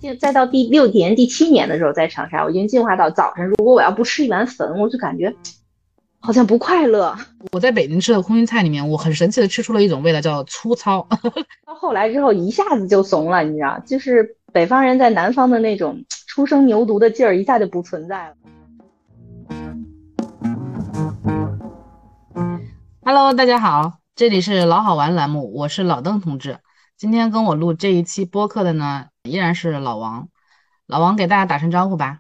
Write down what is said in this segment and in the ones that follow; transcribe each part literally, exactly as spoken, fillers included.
就再到第六年、第七年的时候，在长沙，我已经进化到早上，如果我要不吃一碗粉，我就感觉好像不快乐。 我在北京吃的空心菜里面，我很神奇的吃出了一种味道，叫粗糙。 到后来之后，一下子就怂了，你知道，就是北方人在南方的那种初生牛犊的劲儿，一下就不存在了。 Hello，大家好，这里是老好玩栏目，我是老邓同志。今天跟我录这一期播客的呢，依然是老王。老王给大家打声招呼吧。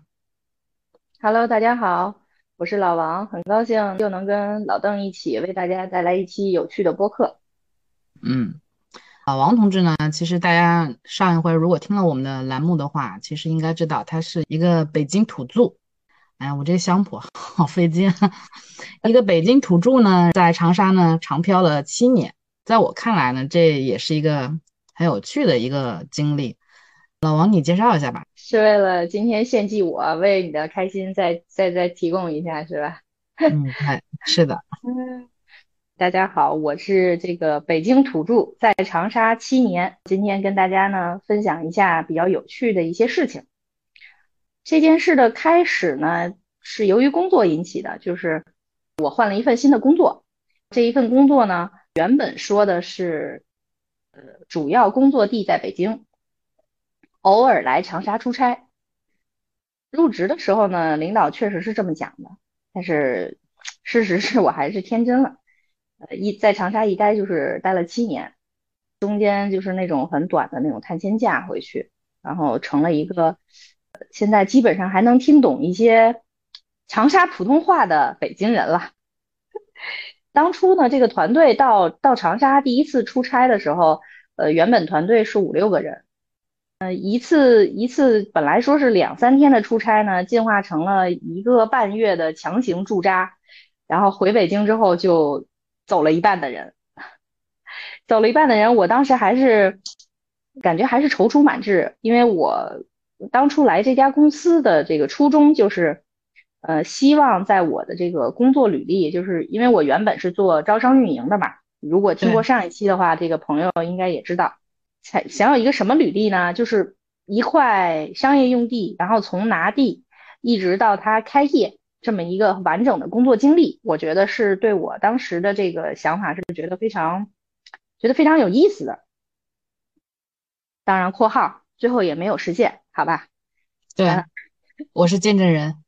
Hello，大家好，我是老王，很高兴又能跟老邓一起为大家带来一期有趣的播客。 嗯，老王同志呢，其实大家上一回如果听了我们的栏目的话，其实应该知道他是一个北京土著。哎呀，我这个乡谱好费劲啊。一个北京土著呢，在长沙呢长漂了七年，在我看来呢，这也是一个很有趣的一个经历。老王，你介绍一下吧。 是为了今天献祭我，为你的开心再再再提供一下，是吧？ 嗯，对，是的。 嗯，大家好，我是这个北京土著，在长沙七年，今天跟大家呢分享一下比较有趣的一些事情。这件事的开始呢，是由于工作引起的，就是我换了一份新的工作。这一份工作呢，原本说的是，呃，主要工作地在北京，偶尔来长沙出差。入职的时候呢，领导确实是这么讲的，但是事实是我还是天真了。呃，一在长沙一待就是待了七年，中间就是那种很短的那种探亲假回去，然后成了一个呃现在基本上还能听懂一些长沙普通话的北京人了。当初呢，这个团队到到长沙第一次出差的时候，呃，原本团队是五六个人。呃，一次一次本来说是两三天的出差呢，进化成了一个半月的强行驻扎，然后回北京之后就走了一半的人，走了一半的人，我当时还是感觉还是踌躇满志，因为我当初来这家公司的这个初衷就是，呃，希望在我的这个工作履历，就是因为我原本是做招商运营的嘛，如果听过对， 上一期的话，这个朋友应该也知道。想想有一个什么履历呢？就是一块商业用地，然后从拿地一直到它开业这么一个完整的工作经历，我觉得是对我当时的这个想法是觉得非常觉得非常有意思的。当然（括号）最后也没有实现，好吧？ 对，我是见证人。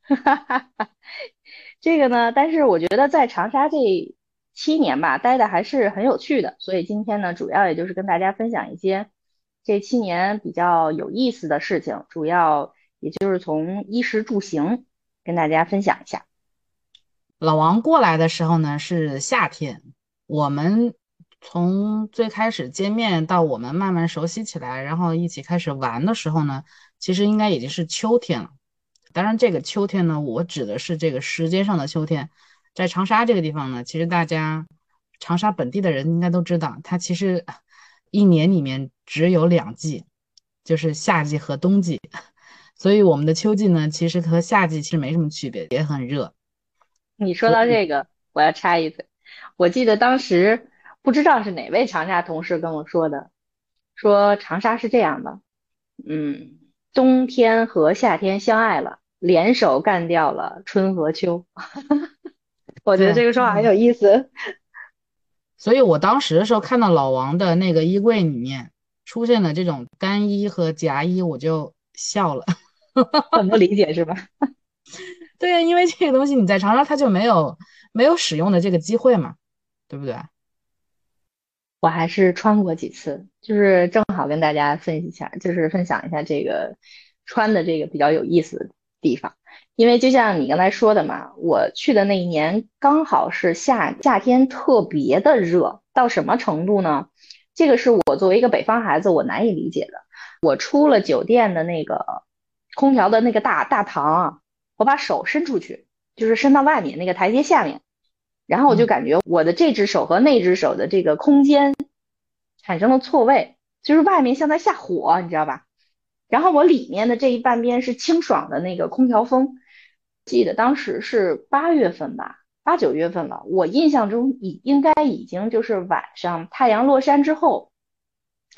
这个呢，但是我觉得在长沙这七年吧，待的还是很有趣的，所以今天呢，主要也就是跟大家分享一些这七年比较有意思的事情，主要也就是从衣食住行跟大家分享一下。 老王过来的时候呢是夏天，我们从最开始见面到我们慢慢熟悉起来，然后一起开始玩的时候呢，其实应该已经是秋天了。当然，这个秋天呢，我指的是这个时间上的秋天。在长沙这个地方呢，其实大家长沙本地的人应该都知道，它其实一年里面只有两季，就是夏季和冬季。所以我们的秋季呢，其实和夏季其实没什么区别，也很热。 你说所以。 到这个，我要插一嘴，我记得当时不知道是哪位长沙同事跟我说的，说长沙是这样的。嗯，冬天和夏天相爱了，联手干掉了春和秋。我觉得对， 这个说法很有意思。 所以我当时的时候看到老王的那个衣柜里面出现了这种单衣和夹衣，我就笑了。 很不理解是吧？ 对呀，因为这个东西你在长沙它就没有没有使用的这个机会嘛，对不对？ 我还是穿过几次，就是正好跟大家分析一下，就是分享一下这个穿的这个比较有意思的地方。因为就像你刚才说的嘛，我去的那一年刚好是夏夏天特别的热，到什么程度呢？这个是我作为一个北方孩子我难以理解的。我出了酒店的那个空调的那个大大堂啊，我把手伸出去，就是伸到外面那个台阶下面。然后我就嗯， 感觉我的这只手和那只手的这个空间产生了错位，就是外面像在下火，你知道吧？然后我里面的这一半边是清爽的那个空调风，记得当时是八月份吧，八九月份了，我印象中已应该已经就是晚上太阳落山之后，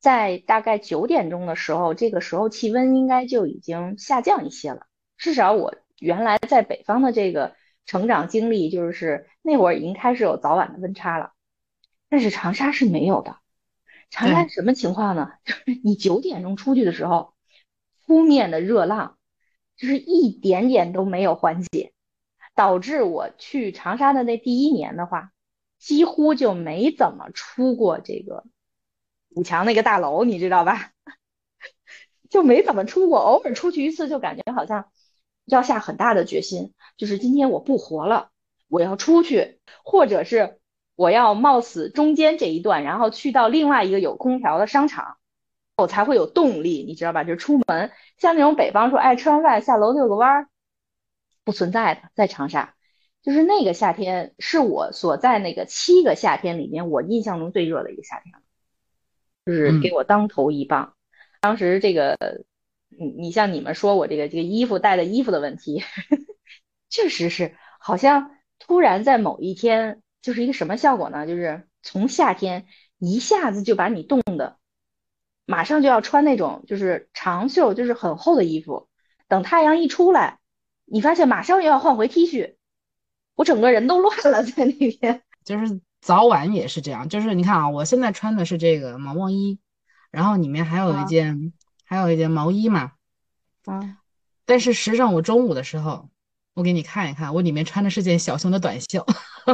在大概九点钟的时候，这个时候气温应该就已经下降一些了。至少我原来在北方的这个成长经历，就是那会儿已经开始有早晚的温差了。但是长沙是没有的。长沙对， 什么情况呢？就是你九点钟出去的时候，扑面的热浪，就是一点点都没有缓解，导致我去长沙的那第一年的话，几乎就没怎么出过这个五强那个大楼，你知道吧？就没怎么出过，偶尔出去一次，就感觉好像要下很大的决心，就是今天我不活了，我要出去，或者是我要冒死中间这一段，然后去到另外一个有空调的商场，我才会有动力，你知道吧？就出门，像那种北方说，哎，吃完饭下楼遛个弯儿，不存在的，在长沙。就是那个夏天，是我所在那个七个夏天里面，我印象中最热的一个夏天，就是给嗯。 我当头一棒。当时这个，你你像你们说我这个这个衣服带的衣服的问题，确实是好像突然在某一天，就是一个什么效果呢？就是从夏天一下子就把你冻的，马上就要穿那种就是长袖，就是很厚的衣服。等太阳一出来，你发现马上又要换回 T 恤，我整个人都乱了在那边。 就是早晚也是这样，就是你看啊，我现在穿的是这个毛毛衣，然后里面还有一啊件还有一件毛衣嘛， 啊但是实际上我中午的时候，我给你看一看，我里面穿的是件小熊的短袖，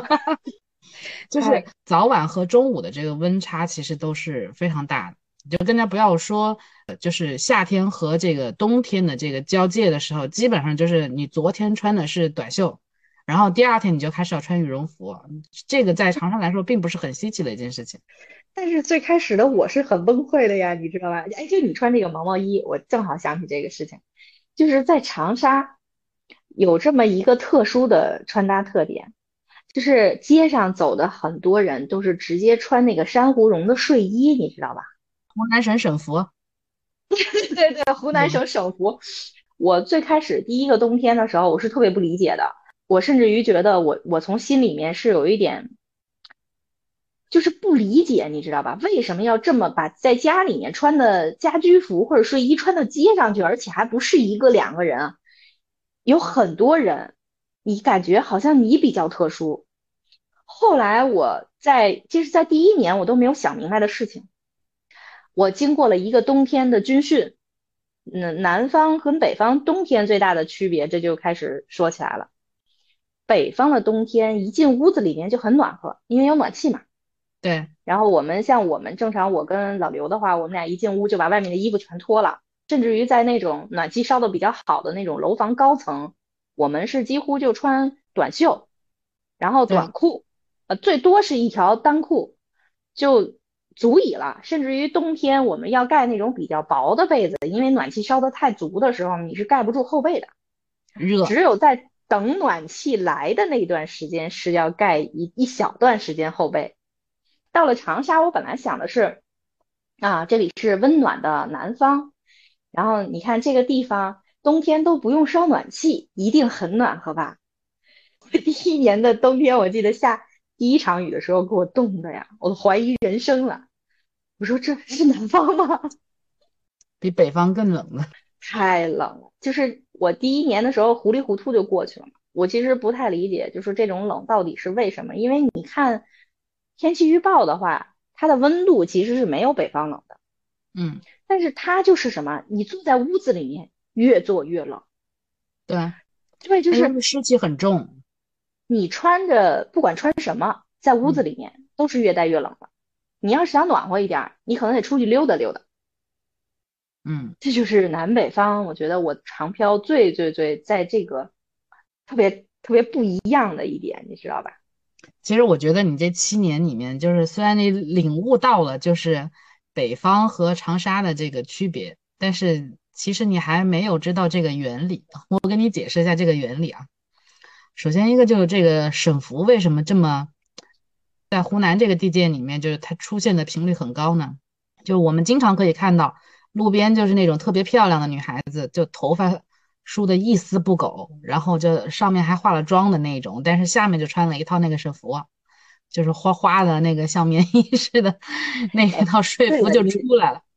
就是太早晚和中午的这个温差其实都是非常大的，就更加不要说，呃就是夏天和这个冬天的这个交界的时候，基本上就是你昨天穿的是短袖，然后第二天你就开始要穿羽绒服，这个在长沙来说并不是很稀奇的一件事情。 但是最开始的我是很崩溃的呀，你知道吧？哎，就你穿这个毛毛衣，我正好想起这个事情，就是在长沙有这么一个特殊的穿搭特点，就是街上走的很多人都是直接穿那个珊瑚绒的睡衣，你知道吧？ 湖南省省服， 对对对，湖南嗯， 省省服。我最开始第一个冬天的时候，我是特别不理解的，我甚至于觉得我我从心里面是有一点就是不理解，你知道吧？为什么要这么把在家里面穿的家居服或者睡衣穿到街上去，而且还不是一个两个人啊，有很多人，你感觉好像你比较特殊。后来我在，其实，在第一年我都没有想明白的事情，我经过了一个冬天的军训，嗯，南方和北方冬天最大的区别，这就开始说起来了。北方的冬天一进屋子里面就很暖和，因为有暖气嘛。 对然后我们像我们正常，我跟老刘的话，我们俩一进屋就把外面的衣服全脱了，甚至于在那种暖气烧的比较好的那种楼房高层，我们是几乎就穿短袖，然后短对， 裤，呃，最多是一条单裤就足以了。甚至于冬天我们要盖那种比较薄的被子，因为暖气烧的太足的时候，你是盖不住后背的。 热， 只有在等暖气来的那段时间是要盖一一小段时间后背。到了长沙，我本来想的是，啊，这里是温暖的南方，然后你看这个地方冬天都不用烧暖气，一定很暖和吧？第一年的冬天，我记得下第一场雨的时候，给我冻的呀，我都怀疑人生了。我说这是南方吗？ 比北方更冷的。 太冷了，就是我第一年的时候糊里糊涂就过去了嘛。我其实不太理解，就是这种冷到底是为什么？因为你看天气预报的话，它的温度其实是没有北方冷的， 嗯， 但是它就是什么，你坐在屋子里面越坐越冷。 对， 对，就它因为是湿气很重。 你穿着不管穿什么，在屋子嗯里面都是越待越冷的。你要是想暖和一点儿，你可能得出去溜达溜达。 嗯。 这就是南北方，我觉得我长漂最最最在这个特别特别不一样的一点，你知道吧？ 其实我觉得你这七年里面，就是虽然你领悟到了就是北方和长沙的这个区别，但是其实你还没有知道这个原理。我给你解释一下这个原理啊。首先一个就是这个省服为什么这么在湖南这个地界里面，就是它出现的频率很高呢？就我们经常可以看到路边就是那种特别漂亮的女孩子，就头发梳的一丝不苟，然后这上面还化了妆的那种，但是下面就穿了一套那个省服，就是花花的那个像棉衣似的那一哎， 套睡对了， 服就你出来了。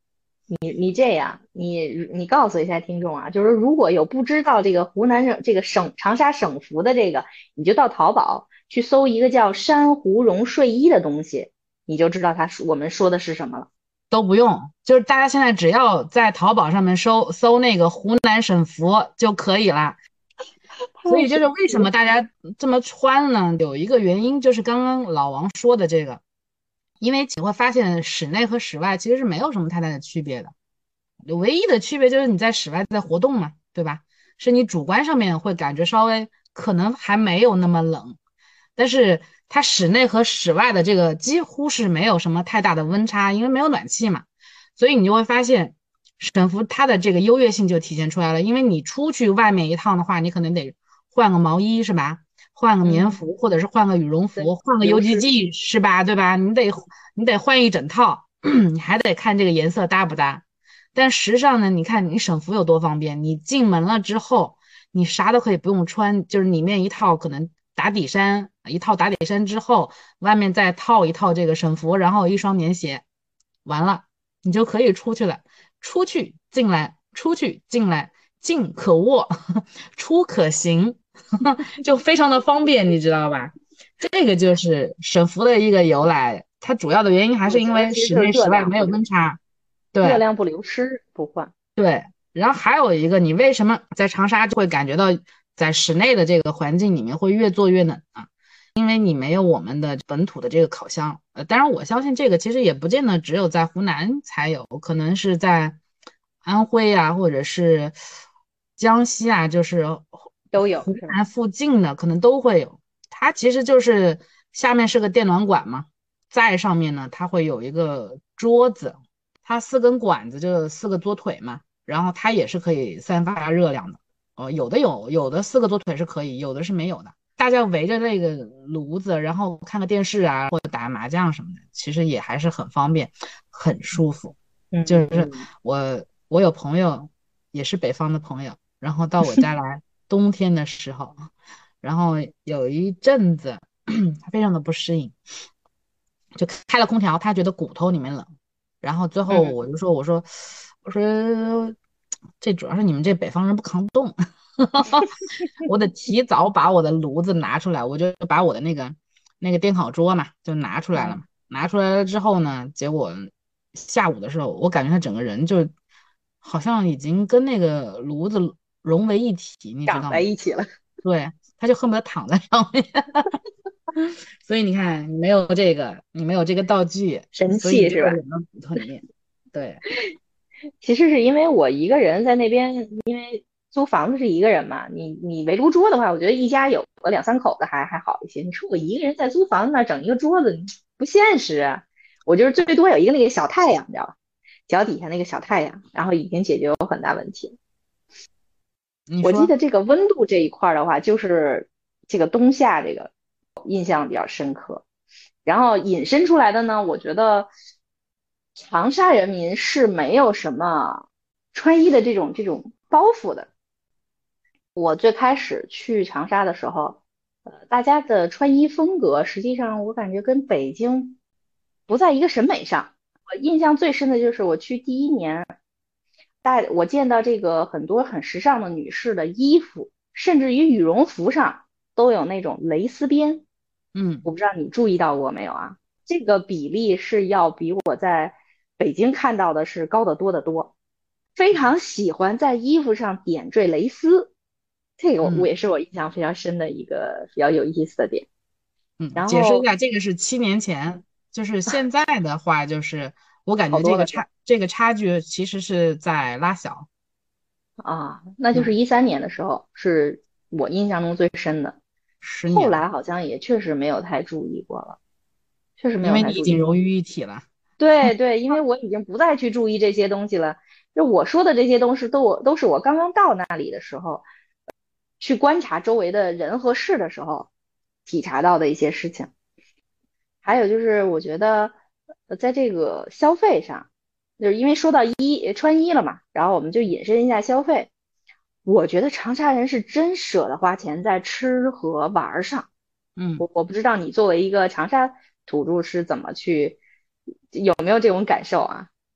你你这样，你你告诉一下听众啊，就是如果有不知道这个湖南省这个省长沙省服的这个，你就到淘宝去搜一个叫珊瑚绒睡衣的东西，你就知道它我们说的是什么了。 都不用，就是大家现在只要在淘宝上面搜搜那个湖南省服就可以了。所以就是为什么大家这么穿呢？有一个原因就是刚刚老王说的这个，因为你会发现室内和室外其实是没有什么太大的区别的，唯一的区别就是你在室外在活动嘛，对吧？是你主观上面会感觉稍微可能还没有那么冷，但是它室内和室外的这个几乎是没有什么太大的温差，因为没有暖气嘛，所以你就会发现省服它的这个优越性就体现出来了。因为你出去外面一趟的话，你可能得换个毛衣是吧？换个棉服， 嗯， 或者是换个羽绒对， 服，换个流失。 U G G 是吧？对吧？你得你得换一整套，你还得看这个颜色搭不搭。但实际上呢，你看你省服有多方便，你进门了之后，你啥都可以不用穿，就是里面一套可能打底衫，一套打底衫之后，外面再套一套这个省服，然后一双棉鞋，完了你就可以出去了。出去进来，出去进来，进可卧，出可行，就非常的方便，你知道吧？这个就是省服的一个由来，它主要的原因还是因我觉得为室内其实就是热室外没有量不流， 温差。对。 热量不流失，不换。 对，然后还有一个，你为什么在长沙就会感觉到在室内的这个环境里面会越做越冷啊？因为你没有我们的本土的这个烤箱。呃，当然我相信这个其实也不见得只有在湖南才有，可能是在安徽啊，或者是江西啊，就是都有是吧？ 湖南附近的可能都会有。它其实就是下面是个电暖管嘛，在上面呢它会有一个桌子。它四根管子就四个桌腿嘛，然后它也是可以散发热量的。哦，有的有，有的四个桌腿是可以，有的是没有的。大家围着那个炉子，然后看个电视啊，或者打麻将什么的，其实也还是很方便，很舒服。就是嗯， 我我有朋友也是北方的朋友，然后到我家来，冬天的时候，然后有一阵子他非常的不适应，就开了空调，他觉得骨头里面冷。然后最后嗯， 我就说，我说我说这主要是你们这北方人不抗冻。我得提早把我的炉子拿出来，我就把我的那个那个电烤桌嘛就拿出来了啊， 嘛。拿出来了之后呢，结果下午的时候，我感觉他整个人就好像已经跟那个炉子融为一体，你知长道吗？ 在一起了， 对，他就恨不得躺在上面。所以你看，你没有这个，你没有这个道具， 神所以你器是吧？ 就会冷到骨头里面。对。 其实是因为我一个人在那边，租房子是一个人嘛，你你围炉桌的话，我觉得一家有个两三口的还还好一些。你说我一个人在租房子那儿整一个桌子，不现实啊。我就是最多有一个那个小太阳，你知道吧？脚底下那个小太阳，然后已经解决有很大问题。 你说。 我记得这个温度这一块儿的话，就是这个冬夏这个印象比较深刻。然后引申出来的呢，我觉得长沙人民是没有什么穿衣的这种这种包袱的。我最开始去长沙的时候，呃，大家的穿衣风格实际上我感觉跟北京不在一个审美上。我印象最深的就是我去第一年，大我见到这个很多很时尚的女士的衣服，甚至于羽绒服上都有那种蕾丝边。 嗯。 我不知道你注意到过没有啊？这个比例是要比我在北京看到的是高得多得多。非常喜欢在衣服上点缀蕾丝，这个我我嗯。 也是我印象非常深的一个比较有意思的点。 嗯， 然后解释一下，这个是七年前，就是现在的话，就是我感好觉这个多了是吧？ 差这个差距其实是在拉小。 啊，那就是嗯。 一三年的时候是我印象中最深的，后十年了， 来好像也确实没有太注意过了，确实没有因为你已太注意过。 经融于一体了。 对对，因为我已经不再去注意这些东西了。就我说的这些东西都我都是我刚刚到那里的时候，去观察周围的人和事的时候，体察到的一些事情。还有就是，我觉得呃在这个消费上，就是因为说到衣穿衣了嘛，然后我们就引申一下消费。我觉得长沙人是真舍得花钱在吃和玩儿上。 嗯。 我我不知道你作为一个长沙土著是怎么去，有没有这种感受啊？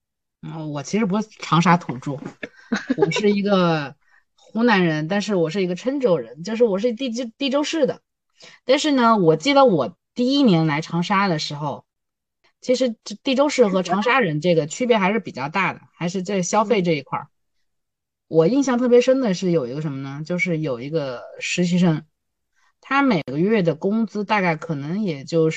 嗯，我其实不是长沙土著，我是一个湖南人，但是我是一个郴州人，就是我是地州地州市的。但是呢，我记得我第一年来长沙的时候，其实这地州市和长沙人这个区别还是比较大的，还是在消费嗯这一块儿。我印象特别深的是有一个什么呢？就是有一个实习生，他每个月的工资大概可能也就是，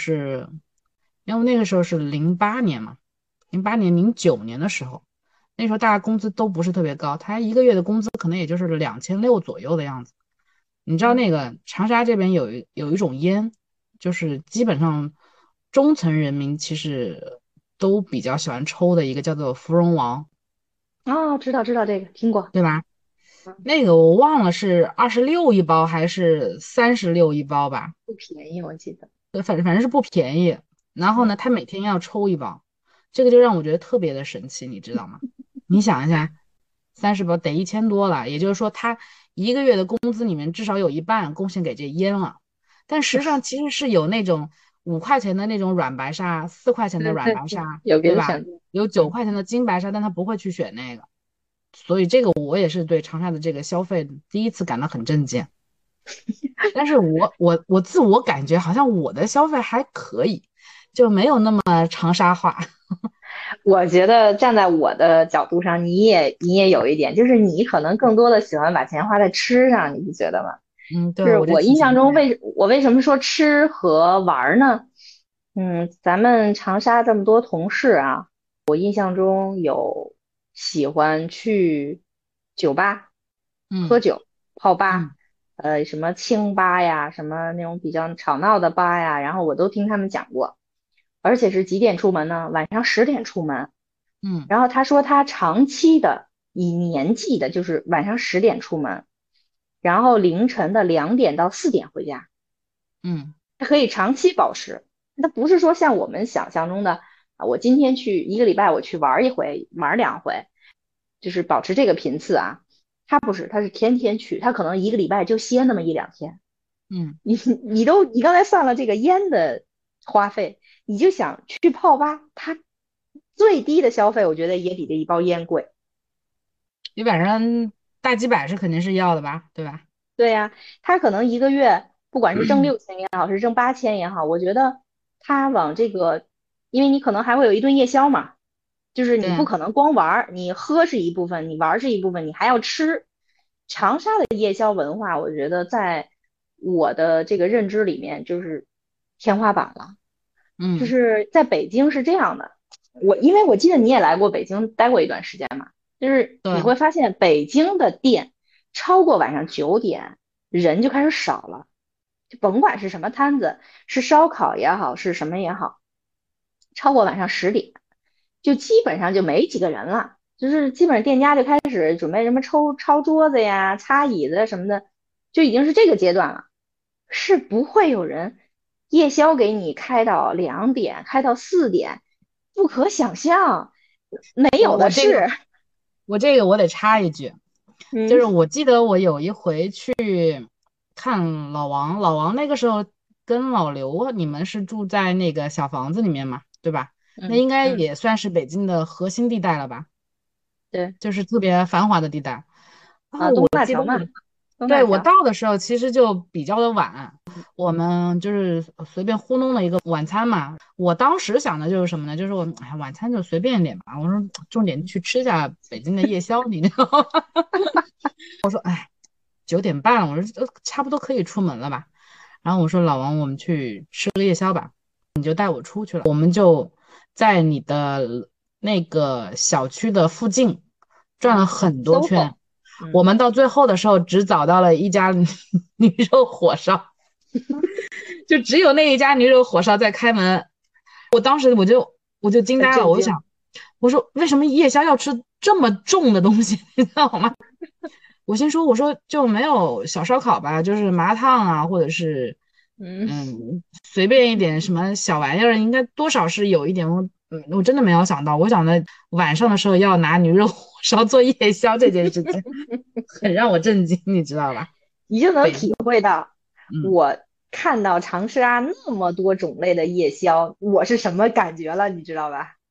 因为那个时候是零八年嘛，零八年、零九年的时候，那时候大家工资都不是特别高，他一个月的工资可能也就是两千六左右的样子。你知道嗯。 那个长沙这边有一有一种烟，就是基本上中层人民其实都比较喜欢抽的一个叫做芙蓉王， 哦，知道知道这个听过。 对吧？ 嗯， 那个我忘了是二十六一包还是三十六一包吧， 不便宜，我记得。 呃反正反正是不便宜。然后嗯。 呢，他每天要抽一包，这个就让我觉得特别的神奇，你知道吗？你想一下，三十包得一千多了，也就是说他一个月的工资里面至少有一半贡献给这烟了。但实际上其实是有那种五块钱的那种软白沙，四块钱的对软对对， 白沙， 有别对吧？ 的选择。 有九嗯。 块钱的金白沙，但他不会去选那个。所以这个我也是对长沙的这个消费第一次感到很震惊。但是我我我自我感觉好像我的消费还可以，就没有那么长沙话。 我觉得站在我的角度上，你也你也有一点，就是你可能更多的喜欢把钱花在吃上，你不觉得吗？ 嗯，对，我这是我印体型这样。 象中为我为什么说吃和玩儿呢？嗯，咱们长沙这么多同事啊，我印象中有喜欢去酒吧喝嗯酒、泡吧， 嗯呃，什么清吧呀，什么那种比较吵闹的吧呀，然后我都听他们讲过，而且是几点出门呢？晚上十点出门。 嗯然后他说他长期的以年计的，就是晚上十点出门，然后凌晨的两点到四点回家。 嗯它可以长期保持。它不是说像我们想象中的啊，我今天去一个礼拜我去玩一回，玩两回，就是保持这个频次啊。它不是，它是天天去，它可能一个礼拜就歇那么一两天。 嗯， 你你都你刚才算了这个烟的花费，你就想去泡吧，它最低的消费我觉得也比这一包烟贵。 你晚上大几百是肯定是要的吧，对吧？ 对呀，他可能一个月不管是挣六千也好，是挣八千也好，我觉得他往这个，因为你可能还会有一顿夜宵嘛，就是你不对， 可能光玩儿，你喝是一部分，你玩儿是一部分，你还要吃。长沙的夜宵文化，我觉得在我的这个认知里面就是天花板了。就嗯是在北京是这样的，我因为我记得你也来过北京待过一段时间嘛，就是你对， 会发现北京的店超过晚上九点人就开始少了，就甭管是什么摊子，是烧烤也好，是什么也好，超过晚上十点就基本上就没几个人了，就是基本上店家就开始准备什么抽抄桌子呀、擦椅子什么的，就已经是这个阶段了，是不会有人夜宵给你开到两点，开到四点，不可想象，没有的我我这个是。 我这个我得插一句，就嗯是我记得我有一回去看老王，老王那个时候跟老刘，你们是住在那个小房子里面嘛，对吧？那应该嗯嗯， 也算是北京的核心地带了吧， 对就是特别繁华的地带。然后啊，东我大桥嘛， 记得我对，我东大桥。 到的时候其实就比较的晚，我们就是随便糊弄了一个晚餐嘛。我当时想的就是什么呢？就是我，哎呀，晚餐就随便一点吧。我说重点去吃一下北京的夜宵，你知道吗？九点半了，我说呃差不多可以出门了吧。然后我说老王，我们去吃个夜宵吧，你就带我出去了。我们就在你的那个小区的附近转了嗯很多圈。 ，SOHO。嗯。 我们到最后的时候，只找到了一家驴肉火烧，就只有那一家驴肉火烧在开门。我当时我就我就惊呆了， 很震惊。 我就想，我说为什么夜宵要吃这么重的东西，你知道吗？我先说，我说就没有小烧烤吧，就是麻辣烫啊，或者是嗯。 嗯随便一点什么小玩意儿，应该多少是有一点。我嗯，我真的没有想到，我想的晚上的时候要拿牛肉火烧做夜宵这件事情，很让我震惊，你知道吧？ 你就能北京， 体会到嗯， 我看到长沙那么多种类的夜宵，我是什么感觉了，你知道吧？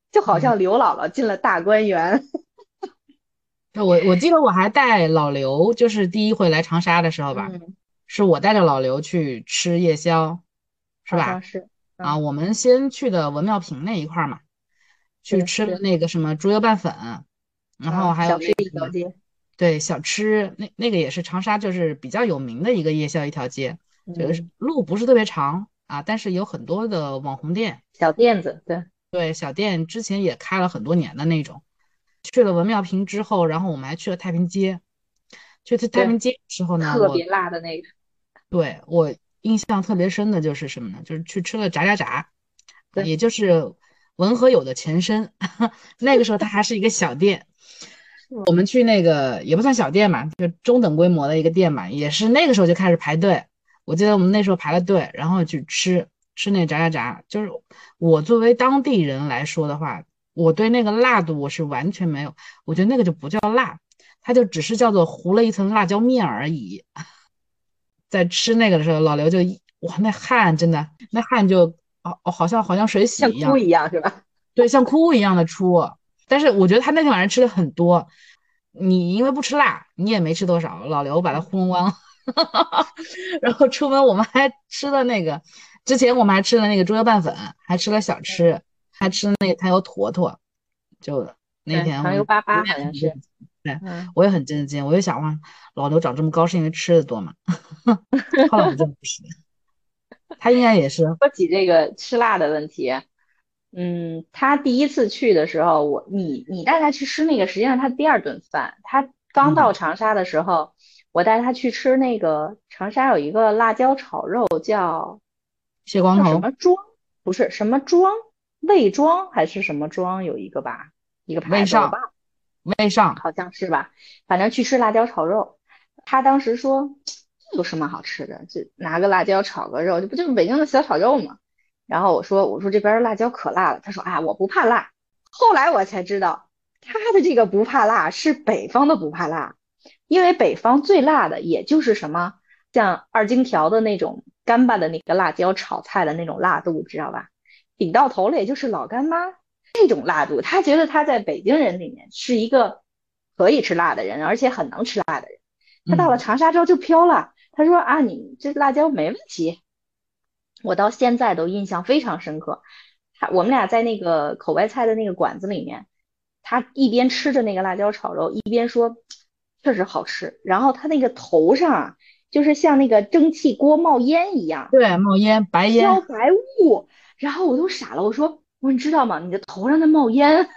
就好嗯， 像刘姥姥进了大观园。 我我记得我还带老刘，就是第一回来长沙的时候吧， 嗯， 是我带着老刘去吃夜宵，是吧？ 好像是。 啊， 嗯， 我们先去的文庙坪那一块儿嘛，去吃了是是。 那个什么猪油拌粉，然后嗯， 还有小吃那个什么， 一条街。 对，小吃，那那个也是长沙就是比较有名的一个夜宵一条街，就是嗯， 路不是特别长啊，但是有很多的网红店， 小店子，对。 对，小店之前也开了很多年的那种。去了文庙坪之后，然后我们还去了太平街。去太太平对， 街的时候呢，我特别辣的那个。 对我印象特别深的就是什么呢？就是去吃了炸炸炸，啊， 对。 也就是文和友的前身。那个时候它还是一个小店，我们去那个也不算小店嘛，就中等规模的一个店嘛，也是那个时候就开始排队。我记得我们那时候排了队，然后去吃吃那炸炸炸。就是我作为当地人来说的话，我对那个辣度我是完全没有，我觉得那个就不叫辣，它就只是叫做糊了一层辣椒面而已。在吃那个的时候，老刘就一哇，那汗真的，那汗就哦哦，好像好像水洗一样， 像哭一样是吧？ 对，像哭一样的出。但是我觉得他那天晚上吃的很多，你因为不吃辣，你也没吃多少，老刘把他糊弄光了。然后出门我们还吃了那个，之前我们还吃了那个猪油拌粉，还吃了小嗯， 吃，还吃了那个抬油坨坨。就那对， 天我糖油粑粑我也好像是。 很震惊，对， 嗯。 我也很震惊，我就想哇，老刘长这么高是因为吃的多吗？后来我真不是，他应该也是， 说起这个吃辣的问题，嗯，他第一次去的时候，我你你带他去吃那个，实际上他第二顿饭。他刚到嗯， 长沙的时候，我带他去吃那个长沙有一个辣椒炒肉，叫叫什谢光头， 么庄？不是什么庄，魏庄还是什么庄？有一个吧，一个牌子我魏上， 忘了， 魏上， 好像是吧。反正去吃辣椒炒肉，他当时说这有什么好吃的？就拿个辣椒炒个肉，这不就是北京的小炒肉吗？然后我说我说这边辣椒可辣了，他说啊我不怕辣。后来我才知道，他的这个不怕辣是北方的不怕辣，因为北方最辣的也就是什么像二荆条的那种干巴的那个辣椒炒菜的那种辣度，知道吧？顶到头了也就是老干妈这种辣度，他觉得他在北京人里面是一个可以吃辣的人，而且很能吃辣的人。他到了嗯长沙之后就飘了，他说啊你这辣椒没问题，我到现在都印象非常深刻。他我们俩在那个口外菜的那个馆子里面，他一边吃着那个辣椒炒肉，一边说确实好吃。然后他那个头上啊，就是像那个蒸汽锅冒烟一样对，冒烟，白烟， 飘白雾，然后我都傻了，我说我说你知道吗？你的头上在冒烟。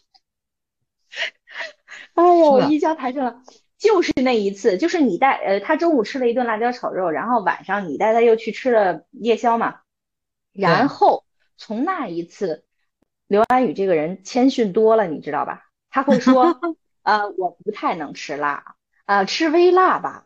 哎呀， 是的， 我印象太深了。就是那一次，就是你带呃，他中午吃了一顿辣椒炒肉，然后晚上你带他又去吃了夜宵嘛。然对， 后从那一次，刘安宇这个人谦逊多了，你知道吧？他会说，呃，我不太能吃辣，啊、吃微辣吧。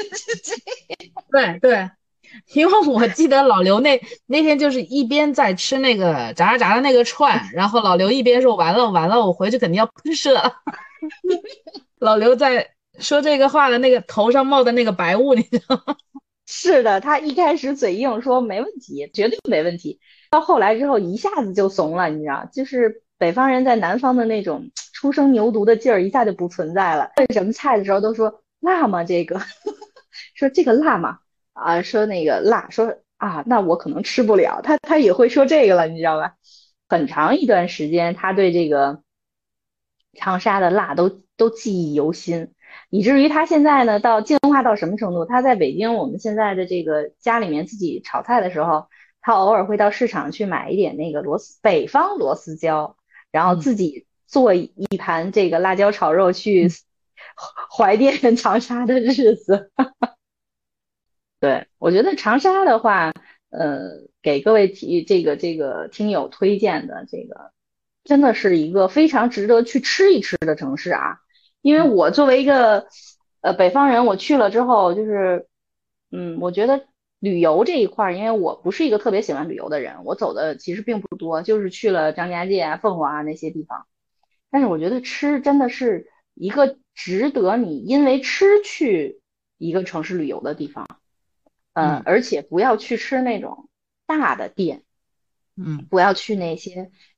对对，因为我记得老刘那那天就是一边在吃那个炸炸炸的那个串，然后老刘一边说完了完了，我回去肯定要喷射了。老刘在说这个话的那个头上冒的那个白雾，你知道吗？ 是的，他一开始嘴硬说没问题，绝对没问题，到后来之后一下子就怂了，你知道，就是北方人在南方的那种初生牛犊的劲儿一下就不存在了。问什么菜的时候都说辣吗？这个说这个辣吗？啊，说那个辣，说啊，那我可能吃不了。他他也会说这个了，你知道吧？很长一段时间，他对这个长沙的辣都都记忆犹新。以至于他现在呢，到进化到什么程度？他在北京，我们现在的这个家里面自己炒菜的时候，他偶尔会到市场去买一点那个螺丝北方螺丝椒，然后嗯自己做一盘这个辣椒炒肉去怀念长沙的日子。对，我觉得长沙的话，呃，给各位提这个这个听友推荐的这个，真的是一个非常值得去吃一吃的城市啊。因为嗯我作为一个呃北方人，我去了之后，就是嗯，我觉得旅游这一块儿，因为我不是一个特别喜欢旅游的人，我走的其实并不多，就是去了张家界啊、凤凰啊那些地方。但是我觉得吃真的是一个值得你因为吃去一个城市旅游的地方。呃， 嗯而且不要去吃那种大的店， 嗯不要去那些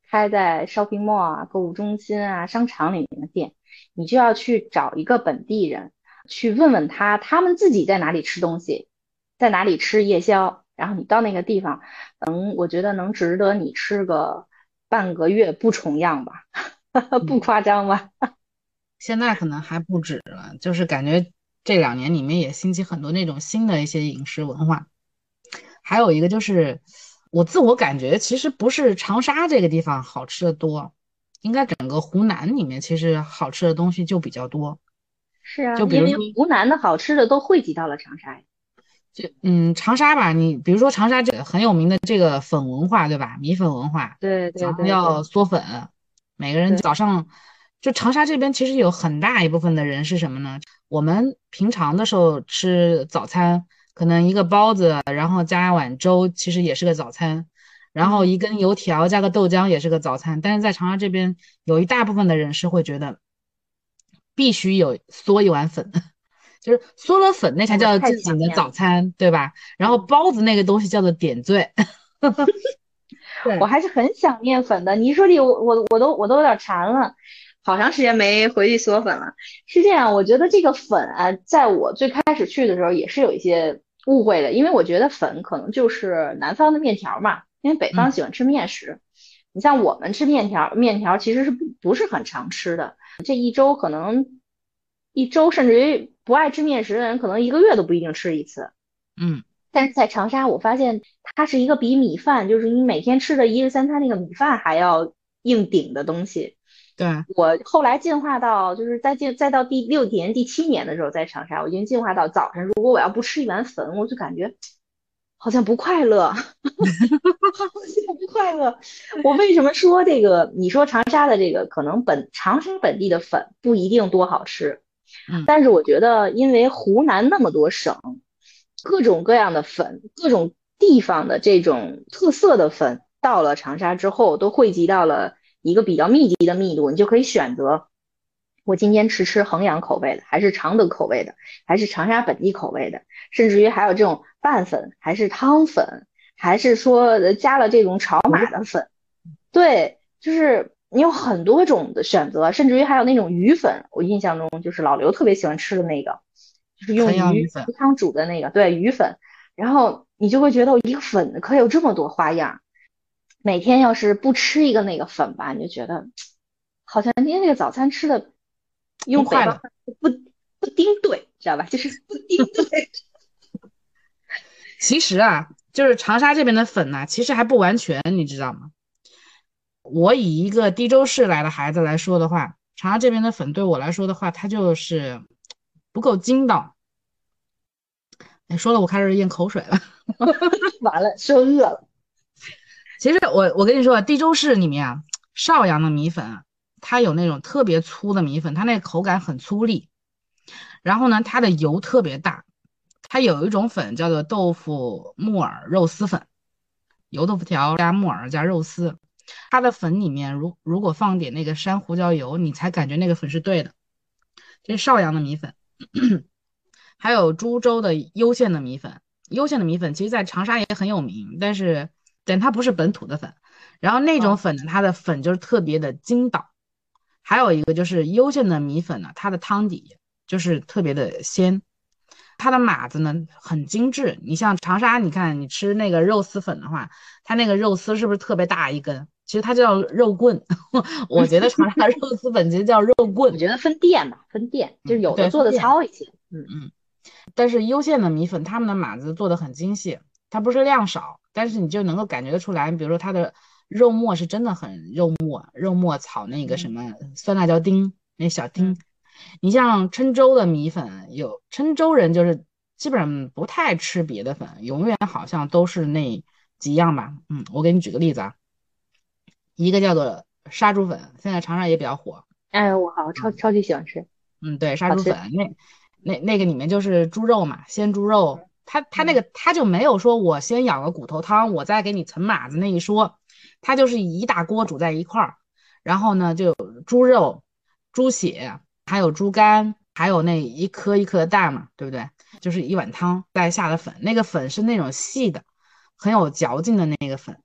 开在 shopping mall 啊、购物中心啊、商场里面的店，你就要去找一个本地人，去问问他，他们自己在哪里吃东西，在哪里吃夜宵，然后你到那个地方，能，我觉得能值得你吃个半个月不重样吧，不嗯， 夸张吧？ 现在可能还不止了，就是感觉这两年里面也兴起很多那种新的一些饮食文化。还有一个就是我自我感觉其实不是长沙这个地方好吃的多，应该整个湖南里面其实好吃的东西就比较多。 是啊， 就比如说， 因为湖南的好吃的都汇集到了长沙呀。 就嗯，长沙吧，你比如说长沙这个很有名的这个粉文化，对吧？米粉文化， 对早对对对上要嗦粉，每个人对， 早上就长沙这边其实有很大一部分的人是什么呢？我们平常的时候吃早餐，可能一个包子，然后加碗粥，其实也是个早餐，然后嗯， 一根油条加个豆浆也是个早餐。但是在长沙这边，有一大部分的人是会觉得必须有嗦一碗粉。就是嗦了粉那才叫我太正经的想念了。 早餐，对吧？然后嗯。 包子那个东西叫做点缀。对， 我还是很想面粉的。你一说这个，我我我都我都有点馋了，好长时间没回去嗦粉了。是这样，我觉得这个粉啊，在我最开始去的时候也是有一些误会的，因为我觉得粉可能就是南方的面条嘛，因为北方嗯喜欢吃面食。你像我们吃面条，面条其实是不不是很常吃的，这一周可能一周甚至于不爱吃面食的人，可能一个月都不一定吃一次。 嗯， 但是在长沙，我发现它是一个比米饭，就是你每天吃的一日三餐那个米饭还要硬顶的东西。 对， 我后来进化到，就是在进再到第六年、第七年的时候，在长沙，我已经进化到早上，如果我要不吃一碗粉，我就感觉好像不快乐，好像不快乐。我为什么说这个？你说长沙的这个可能本长沙本地的粉不一定多好吃， 嗯， 但是我觉得因为湖南那么多省，各种各样的粉，各种地方的这种特色的粉，到了长沙之后，都汇集到了一个比较密集的密度，你就可以选择，我今天吃吃衡阳口味的，还是常德口味的，还是长沙本地口味的，甚至于还有这种拌粉，还是汤粉，还是说呃加了这种炒码的粉，对，就是你有很多种的选择，甚至于还有那种鱼粉，我印象中就是老刘特别喜欢吃的那个，就是用衡阳鱼米粉。 鱼汤煮的那个，对，鱼粉。然后你就会觉得一个粉可以有这么多花样，每天要是不吃一个那个粉吧，你就觉得好像今天这个早餐吃的，用北不快乐。 方话说不不丁对，知道吧？就是不丁对。 其实啊，就是长沙这边的粉呢，其实还不完全，你知道吗？我以一个低州市来的孩子来说的话，长沙这边的粉对我来说的话，它就是不够筋道。哎，说了我开始咽口水了。 完了，说饿了。 其实我我跟你说啊，地州市里面啊，邵阳的米粉啊，它有那种特别粗的米粉，它那个口感很粗粝，然后呢，它的油特别大。它有一种粉叫做豆腐木耳肉丝粉，油豆腐条加木耳加肉丝，它的粉里面如如果放点那个山胡椒油，你才感觉那个粉是对的。这是邵阳的米粉。还有株洲的攸县的米粉，攸县的米粉其实在长沙也很有名，但是但它不是本土的粉。然后那种哦， 粉呢，它的粉就是特别的筋道。还有一个就是攸县的米粉呢，它的汤底就是特别的鲜，它的码子呢很精致。你像长沙，你看你吃那个肉丝粉的话，它那个肉丝是不是特别大一根？其实它叫肉棍。我觉得长沙肉丝粉其实叫肉棍。 我觉得分店吧，分店，就是嗯，对， 有的做的分店。 糙一些。嗯。 嗯。但是攸县的米粉，他们的码子做的很精细，它不是量少，但是你就能够感觉得出来，比如说它的肉末是真的很肉末，肉末炒那个什嗯么酸辣椒丁，那小丁。 嗯。 你像郴州的米粉，有郴州人就是基本上不太吃别的粉，永远好像都是那几样吧。嗯，我给你举个例子啊，一个叫做杀猪粉，现在长沙也比较火。 哎，我好超超级喜欢吃， 嗯，对，杀好吃。 猪粉，那那那个里面就是猪肉嘛，鲜猪肉，它它那嗯。 个它就没有说我先舀个骨头汤，我再给你盛码子那一说，它就是一大锅煮在一块儿，然后呢就有猪肉、猪血，还有猪肝，还有那一颗一颗的蛋嘛，对不对？就是一碗汤再下的粉，那个粉是那种细的，很有嚼劲的那个粉。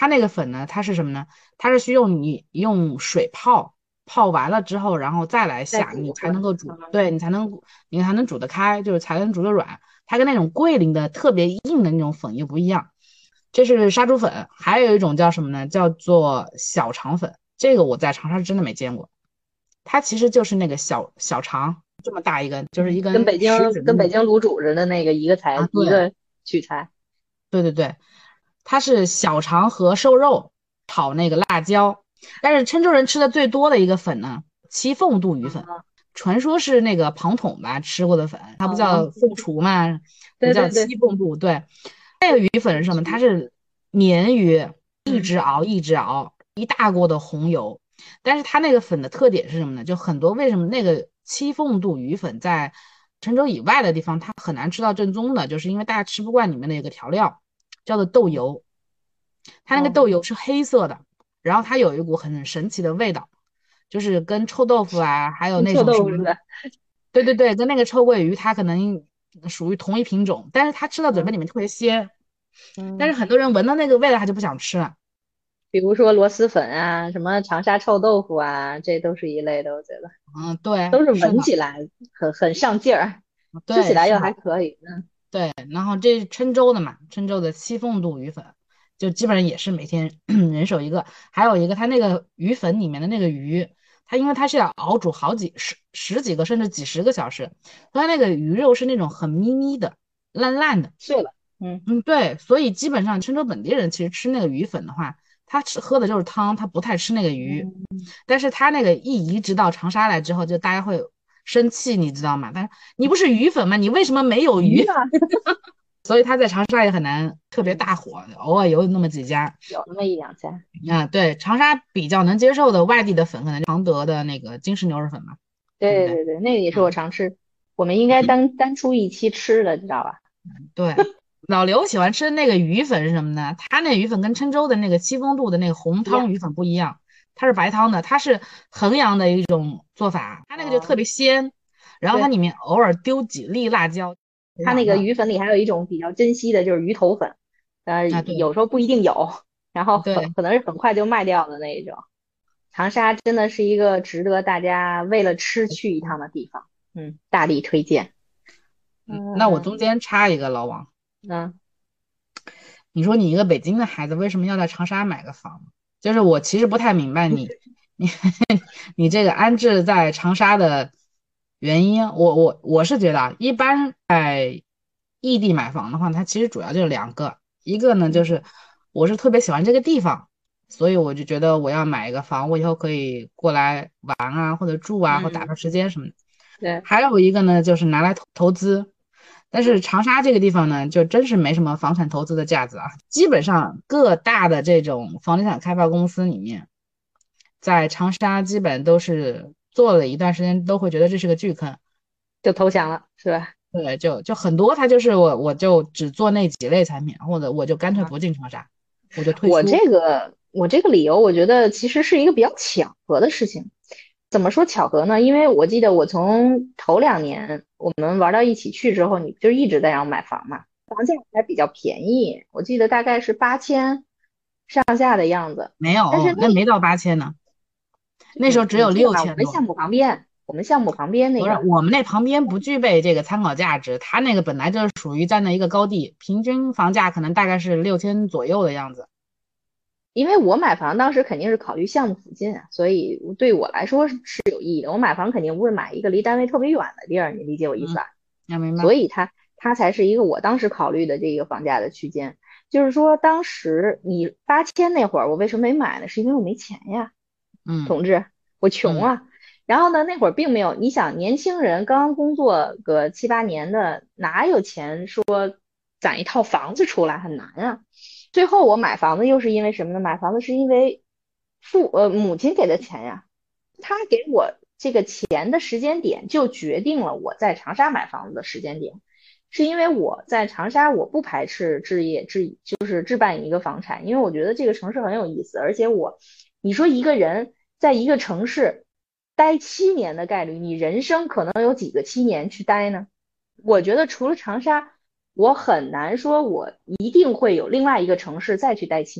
它那个粉呢，它是什么呢？它是需要你用水泡，泡完了之后，然后再来下，你再煮是吧？ 才能够煮， 嗯对你才能你才能煮得开，就是才能煮得软。它跟那种桂林的特别硬的那种粉又不一样。这是杀猪粉，还有一种叫什么呢？叫做小肠粉，这个我在长沙真的没见过。它其实就是那个小小肠这么大一根，就是一嗯，跟根北京跟北食指的那京卤煮似的那个一个啊， 材一对个取材。 对对对，它是小肠和瘦肉炒那个辣椒。但是郴州人吃的最多的一个粉呢，七凤肚鱼粉， 啊传说是那个庞统吧吃过的粉，它不啊， 叫凤雏吗？不叫对对对， 七凤肚，对。那个鱼粉是什么？它是鲶鱼，一嗯直熬一直熬，一大锅的红油。但是它那个粉的特点是什么呢？就很多为什么那个七凤肚鱼粉在郴州以外的地方它很难吃到正宗的，就是因为大家吃不惯里面的一个调料，叫做豆油。它那个哦， 豆油是黑色的，然后它有一股很神奇的味道，就是跟臭豆腐啊，还有那跟臭种什么， 豆腐似的。 对对对，跟那个臭鳜鱼它可能属于同一品种，但是它吃到嘴巴嗯里面特别鲜。但是嗯， 很多人闻到那个味道他就不想吃了。 比如说螺蛳粉啊，什么长沙臭豆腐啊，这都是一类的，我觉得嗯，对， 都是是的， 闻起来很很上劲儿，吃起对， 来又是的， 还可以。嗯， 对。然后这是郴州的嘛，郴州的七凤肚鱼粉，就基本上也是每天人手一个。还有一个，它那个鱼粉里面的那个鱼，它因为它是要熬煮好几十十几个甚至几十个小时，它那个鱼肉是那种很咪咪的、烂烂的。 碎了。嗯嗯，对，所以基本上郴州本地人其实吃那个鱼粉的话，他吃喝的就是汤，他不太吃那个鱼。 嗯， 但是他那个一移植到长沙来之后，就大家会生气，你知道吗？但是你不是鱼粉吗？你为什么没有鱼？ 鱼呢？ 所以他在长沙也很难特别嗯， 大火，偶尔有那么几家。 有那么一两家。 啊，对，长沙比较能接受的外地的粉，可能常德的那个金石牛肉粉嘛，对不对？ 对对对，那个也是我嗯， 常吃。我们应该单单出一期吃的，知道吧？ 对。老刘喜欢吃的那个鱼粉是什么呢？他那鱼粉跟郴州的那个七风渡的那个红一样。 汤鱼粉不一样，它是白汤的，它是衡阳的一种做法，它那个就特哦， 别鲜，然后它对， 里面偶尔丢几粒辣椒，挺它那个好的。 鱼粉里还有一种比较珍惜的，就是鱼头粉，呃， 啊，对有时候不一定有，然后很对， 可能是很快就卖掉的那一种。长沙真的是一个值得大家为了吃去一趟的地方，嗯，大力推荐。 嗯，那我嗯中间插一个老王， 嗯， 你说你一个北京的孩子为什么要在长沙买个房？就是我其实不太明白你你你这个安置在长沙的原因。我我我是觉得啊，一般在异地买房的话，它其实主要就是两个，一个呢就嗯是我是特别喜欢这个地方，所以我就觉得我要买一个房，我以后可以过来玩啊，或者住啊，或打嗯， 发时间什么的。 对， 还有一个呢，就是拿来投投资。但是嗯长沙这个地方呢，就真是没什么房产投资的价值啊。基本上各大的这种房地产开发公司里面，在长沙基本都是做了一段时间，都会觉得这是个巨坑。 就投降了，是吧？ 对，就就很多，他就是我我就只做那几类产品，或者我就干脆不进长沙，我就退出。 我这个我这个理由，我觉得其实是一个比较巧合的事情。怎么说巧合呢？因为我记得我从头两年我们玩到一起去之后，你就一直在让我买房嘛，房价还比较便宜，我记得大概是八千上下的样子。 没有， 但是那那没到八千呢，那时候你只有你记得吧？我六千多。 们项目旁边，我们项目旁边那不是， 个， 我们那旁边不具备这个参考价值，它那个本来就是属于在那一个高地，平均房价可能大概是六千左右的样子。 因为我买房当时肯定是考虑项目附近啊，所以对我来说是是有意义的。我买房肯定不会买一个离单位特别远的地儿，你理解我意思嗯， 吧？ 要明白。 所以它它才是一个我当时考虑的这个房价的区间。就是说，当时你八千那会儿，我为什么没买呢？是因为我没钱呀， 嗯同志，我穷嗯， 啊。然后呢，那会儿并没有，你想，年轻人刚刚工作个七八年的，哪有钱说攒一套房子出来，很难啊。最后我买房子又是因为什么呢？买房子是因为父呃母亲给的钱呀，他给我这个钱的时间点就决定了我在长沙买房子的时间点，是因为我在长沙我不排斥置业置就是置办一个房产，因为我觉得这个城市很有意思，而且我你说一个人在一个城市待七年的概率，你人生可能有几个七年去待呢？我觉得除了长沙，我很难说我一定会有另外一个城市再去待七年了。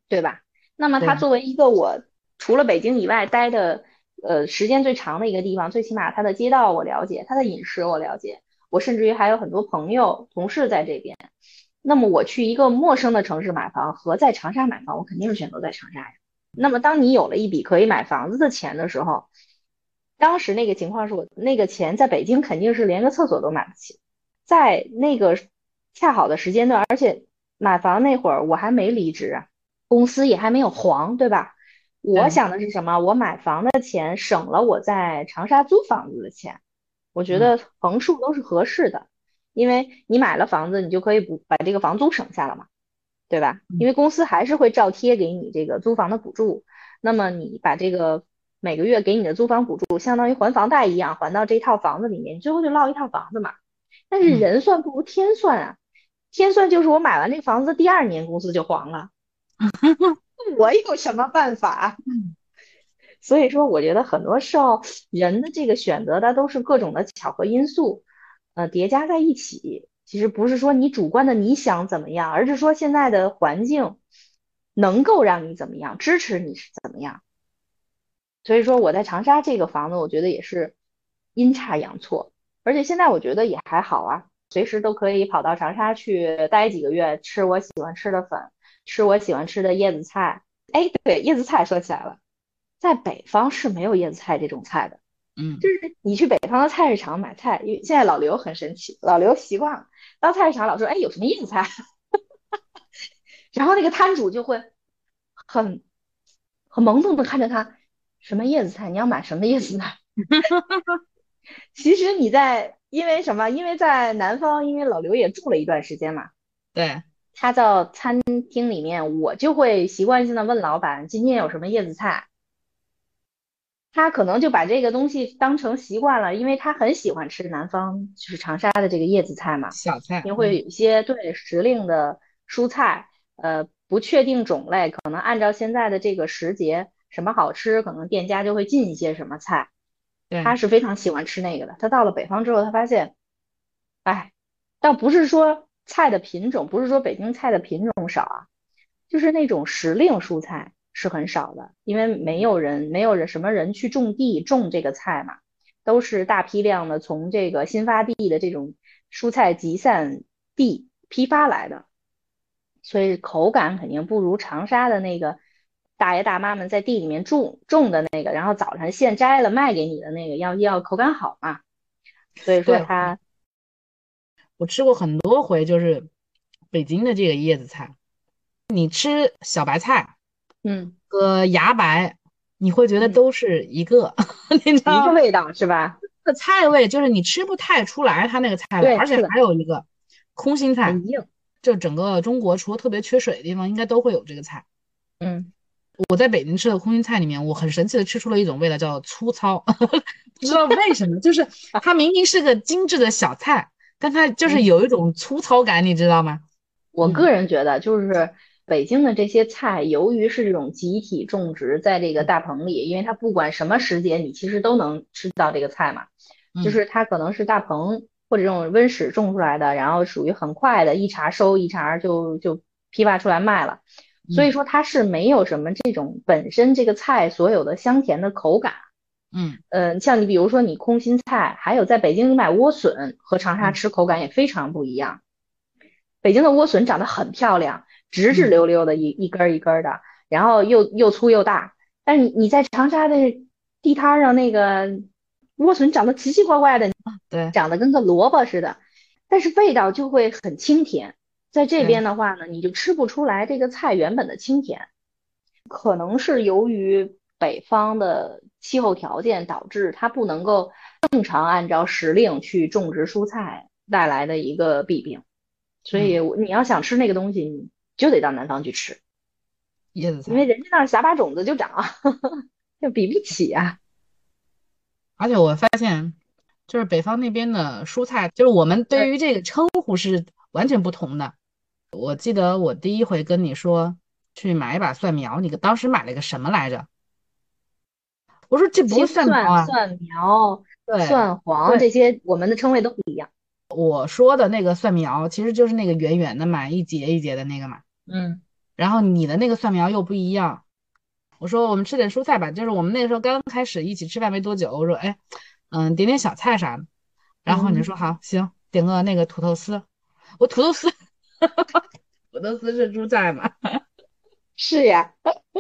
对吧？那么它对， 作为一个我除了北京以外待的呃时间最长的一个地方，最起码它的街道我了解，它的饮食我了解，我甚至于还有很多朋友同事在这边。那么我去一个陌生的城市买房和在长沙买房，我肯定是选择在长沙呀。那么当你有了一笔可以买房子的钱的时候，当时那个情况是我那个钱在北京肯定是连个厕所都买不起，在那个恰好的时间段，而且买房那会儿我还没离职啊，公司也还没有黄，对吧？我对， 想的是什么？我买房的钱省了我在长沙租房子的钱，我觉嗯得横竖都是合适的，因为你买了房子，你就可以不把这个房租省下了嘛，对吧？因嗯为公司还是会照贴给你这个租房的补助，那么你把这个每个月给你的租房补助，相当于还房贷一样，还到这套房子里面，你最后就落一套房子嘛。但是嗯。 人算不如天算啊，天算就是我买完这个房子第二年公司就黄了，我有什么办法？所以说，我觉得很多时候人的这个选择，它都是各种的巧合因素，呃，叠加在一起。其实不是说你主观的你想怎么样，而是说现在的环境能够让你怎么样，支持你是怎么样。所以说我在长沙这个房子，我觉得也是阴差阳错，而且现在我觉得也还好啊，随时都可以跑到长沙去待几个月，吃我喜欢吃的粉，吃我喜欢吃的叶子菜。哎，对，叶子菜说起来了，在北方是没有叶子菜这种菜的， 嗯， 就是你去北方的菜市场买菜，因为现在老刘很神奇，老刘习惯了到菜市场老说，哎，有什么叶子菜，然后那个摊主就会很很懵懂的看着他，什么叶子菜，你要买什么叶子菜？其实你在，因为什么？因为在南方，因为老刘也住了一段时间嘛， 对他到餐厅里面，我就会习惯性的问老板今天有什么叶子菜，他可能就把这个东西当成习惯了，因为他很喜欢吃南方就是长沙的这个叶子菜嘛， 小菜， 因为会嗯有一些对时令的蔬菜，呃，不确定种类，可能按照现在的这个时节，什么好吃，可能店家就会进一些什么菜。 对他是非常喜欢吃那个的。他到了北方之后，他发现，哎，倒不是说菜的品种，不是说北京菜的品种少啊，就是那种时令蔬菜是很少的，因为没有人没有人什么人去种地种这个菜嘛，都是大批量的从这个新发地的这种蔬菜集散地批发来的，所以口感肯定不如长沙的那个大爷大妈们在地里面种种的那个，然后早晨现摘了卖给你的那个要要口感好嘛。所以说对， 它， 我吃过很多回，就是北京的这个叶子菜。你吃小白菜嗯和芽白，你会觉得嗯， 都是一个，你知道吗？ 一个味道是吧？ 这个菜味就是你吃不太出来它那个菜味， 对， 而且是的， 还有一个空心菜， 很硬。 就整个中国除了特别缺水的地方，应该都会有这个菜。 嗯， 我在北京吃的空心菜里面，我很神奇的吃出了一种味道，叫粗糙，不知道为什么，就是它明明是个精致的小菜，但它就是嗯， 有一种粗糙感，你知道吗？嗯我个人觉得就是北京的这些菜，由于是这种集体种植在这个大棚里，因为它不管什么时节，你其实都能吃到这个菜嘛。就嗯是它可能是大棚或者这种温室种出来的，然后属于很快的，一茬收一茬就就批发出来卖了。所以嗯说它是没有什么这种本身这个菜所有的香甜的口感。 嗯嗯，像你比如说你空心菜，还有在北京你买莴笋和长沙嗯吃口感也非常不一样。北京的莴笋长得很漂亮，直直嗯， 溜溜的一一根儿一根儿的，然后又又粗又大。但是你你在长沙的地摊上那个莴笋长得奇奇怪怪的， 对长得跟个萝卜似的，但是味道就会很清甜。在这边对， 的话呢，你就吃不出来这个菜原本的清甜。可能是由于北方的气候条件导致它不能够正常按照时令去种植蔬菜带来的一个弊病，所以嗯， 我你要想吃那个东西，你就得到南方去吃， 椰子菜。 因为人家那儿撒把种子就长，就比不起啊。 而且我发现，就是北方那边的蔬菜，就是我们嗯对于这个称呼是完全不同的。我记得我第一回跟你说去买一把蒜苗，你当时买了个什么来着？我说这不是青蒜、 蒜苗啊， 蒜苗、 对蒜黄对， 这些，我们的称谓都不一样。 我说的那个蒜苗其实就是那个圆圆的嘛，一节一节的那个嘛。 嗯然后你的那个蒜苗又不一样。我说我们吃点蔬菜吧，就是我们那个时候刚开始一起吃饭没多久，我说哎，嗯，点点小菜啥的，然后你就嗯， 说好，行，点个那个土豆丝。我土豆丝，土豆丝是蔬菜嘛？ 是呀，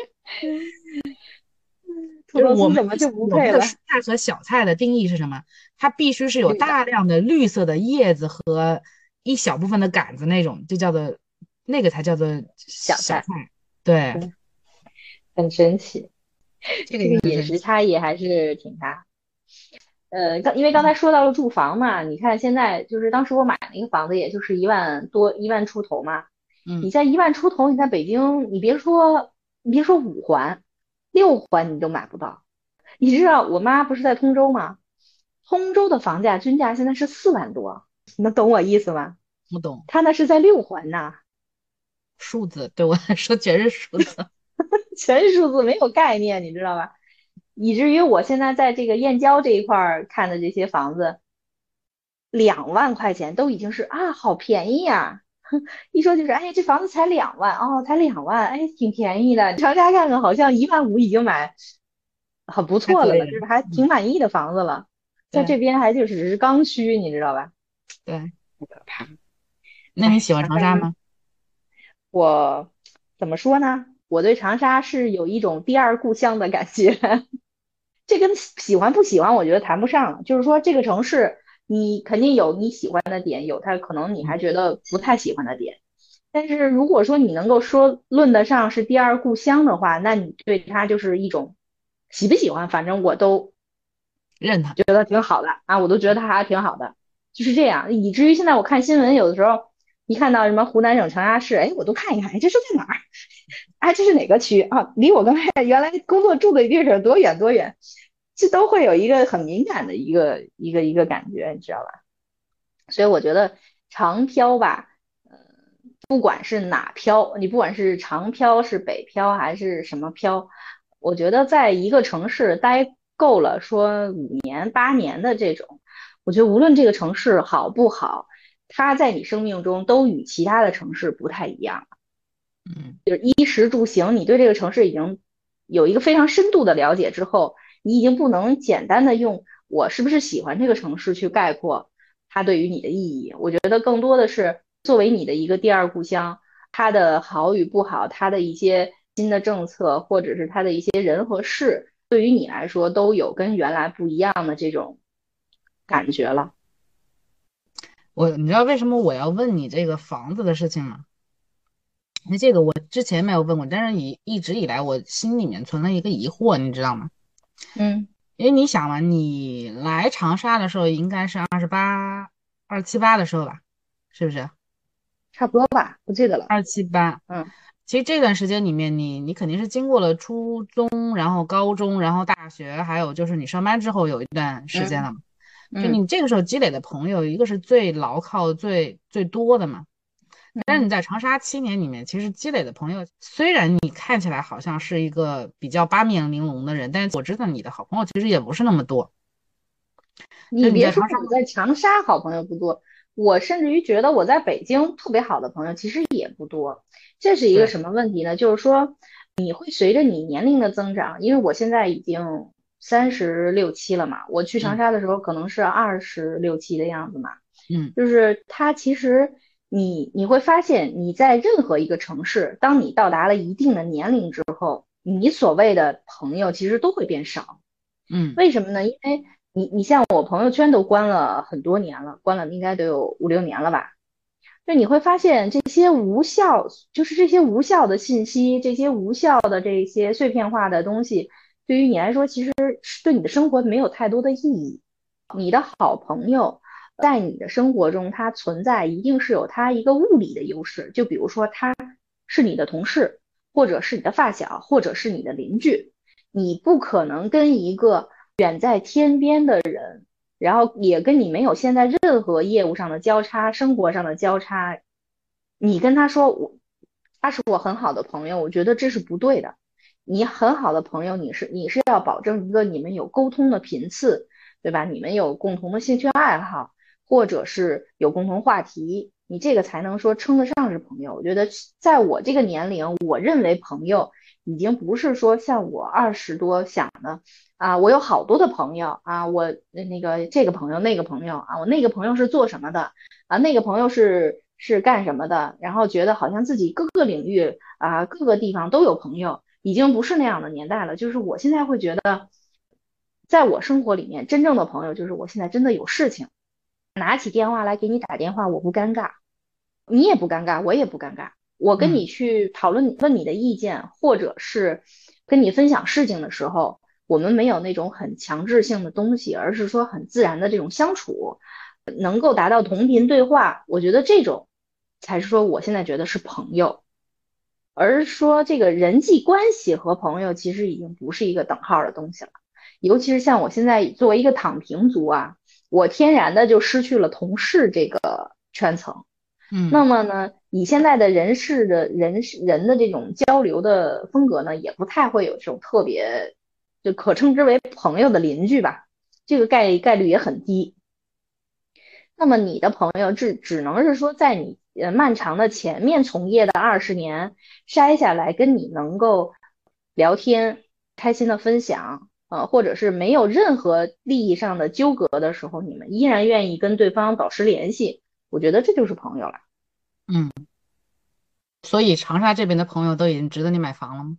土就是豆我们一丝怎么就不我们的蔬配了？ 菜和小菜的定义是什么？它必须是有绿的大量的绿色的叶子和一小部分的杆子那种，就叫做那个才叫做小菜， 小菜。对， 对，很神奇， 这个这个也很神奇。 饮食差异还是挺大。呃，刚因为刚才说到了住房嘛，你看现在就是当时我买了一个房子，也就是一万多一万出头嘛。 嗯， 你在一万出头，你在北京，你别说你别说五环，六环你都买不到。你知道我妈不是在通州吗？通州的房价均价现在是四万多，你能懂我意思吗？ 我懂， 她那是在六环呐， 数字对我来说全是数字。 全是数字，没有概念，你知道吧？以至于我现在在这个燕郊这一块儿看的这些房子，两万块钱都已经是啊，好便宜呀、一说就是，哎，这房子才两万哦，才两万，哎，挺便宜的。长沙看看，好像一万五已经买很不错了呢， 还可以了。 就是还挺嗯， 满意的房子了。在对这边还就只是刚需，你知道吧？ 对。 太可怕。哎， 那你喜欢长沙， 长沙吗？ 我怎么说呢？我对长沙是有一种第二故乡的感觉。这跟喜欢不喜欢，我觉得谈不上。就是说，这个城市你肯定有你喜欢的点，有它可能你还嗯， 觉得不太喜欢的点。但是如果说你能够说论得上是第二故乡的话，那你对它就是一种喜不喜欢，反正我都认他。 觉得挺好的啊，我都觉得它还挺好的，就是这样。以至于现在我看新闻，有的时候一看到什么湖南省长沙市，哎，我都看一看，哎，这是在哪儿？哎，这是哪个区啊？离我刚才原来工作住的地方多远多远？这都会有一个很敏感的一个一个一个感觉，你知道吧？所以我觉得长漂吧，呃，不管是哪漂，你不管是长漂是北漂还是什么漂，我觉得在一个城市待够了，说五年八年的这种，我觉得无论这个城市好不好，它在你生命中都与其他的城市不太一样。 嗯。 衣食住行，你对这个城市已经有一个非常深度的了解之后，你已经不能简单的用我是不是喜欢这个城市去概括它对于你的意义。我觉得更多的是作为你的一个第二故乡，它的好与不好，它的一些新的政策，或者是它的一些人和事，对于你来说都有跟原来不一样的这种感觉了。 我你知道为什么我要问你这个房子的事情吗？那这个我之前没有问过，但是一一直以来我心里面存了一个疑惑，你知道吗？ 嗯， 因为你想嘛，你来长沙的时候应该是二十八、二七八的时候吧，是不是？ 差不多吧，不记得了。 二七八。 嗯其实这段时间里面你，你肯定是经过了初中，然后高中，然后大学，还有就是你上班之后有一段时间嗯了嘛。就嗯你这个时候积累的朋友，一个是最牢靠、最最多的嘛。但是嗯。 你在长沙七年里面，其实积累的朋友，虽然你看起来好像是一个比较八面玲珑的人，但是我知道你的好朋友其实也不是那么多。就你别说你在长沙。 我在长沙好朋友不多，我甚至于觉得我在北京特别好的朋友其实也不多。这是一个对。 什么问题呢？就是说你会随着你年龄的增长，因为我现在已经三十六七了嘛，我去长嗯沙的时候可能是二十六七的样子嘛， 嗯就是它其实你你会发现你在任何一个城市，当你到达了一定的年龄之后，你所谓的朋友其实都会变少。 嗯为什么呢？因为你你像我朋友圈都关了很多年了，关了应该得有五六年了吧？就你会发现这些无效，就是这些无效的信息，这些无效的这些碎片化的东西，对于你来说，其实是对你的生活没有太多的意义。你的好朋友在你的生活中，他存在一定是有他一个物理的优势，就比如说他是你的同事，或者是你的发小，或者是你的邻居，你不可能跟一个远在天边的人，然后也跟你没有现在任何业务上的交叉、生活上的交叉，你跟他说我他是我很好的朋友，我觉得这是不对的。你很好的朋友，你是你是要保证一个你们有沟通的频次，对吧？你们有共同的兴趣爱好，或者是有共同话题， 你这个才能说称得上是朋友。我觉得在我这个年龄，我认为朋友已经不是说像我二十多想的啊，我有好多的朋友啊，我那个这个朋友那个朋友啊，我那个朋友是做什么的啊，那个朋友是是干什么的，然后觉得好像自己各个领域啊各个地方都有朋友，已经不是那样的年代了。就是我现在会觉得，在我生活里面，真正的朋友就是我现在真的有事情，拿起电话来给你打电话，我不尴尬，你也不尴尬，我也不尴尬。我跟嗯你去讨论问你的意见，或者是跟你分享事情的时候，我们没有那种很强制性的东西，而是说很自然的这种相处，能够达到同频对话。我觉得这种才是说我现在觉得是朋友。而说这个人际关系和朋友其实已经不是一个等号的东西了，尤其是像我现在作为一个躺平族啊，我天然的就失去了同事这个圈层。那嗯。 么呢，你现在的人事的人事人的这种交流的风格呢，也不太会有这种特别就可称之为朋友的邻居吧，这个概概率也很低。那么你的朋友只只能是说，在你呃漫长的前面从业的二十年筛下来，跟你能够聊天、开心的分享，呃，或者是没有任何利益上的纠葛的时候，你们依然愿意跟对方保持联系，我觉得这就是朋友了。 嗯，所以长沙这边的朋友都已经值得你买房了吗？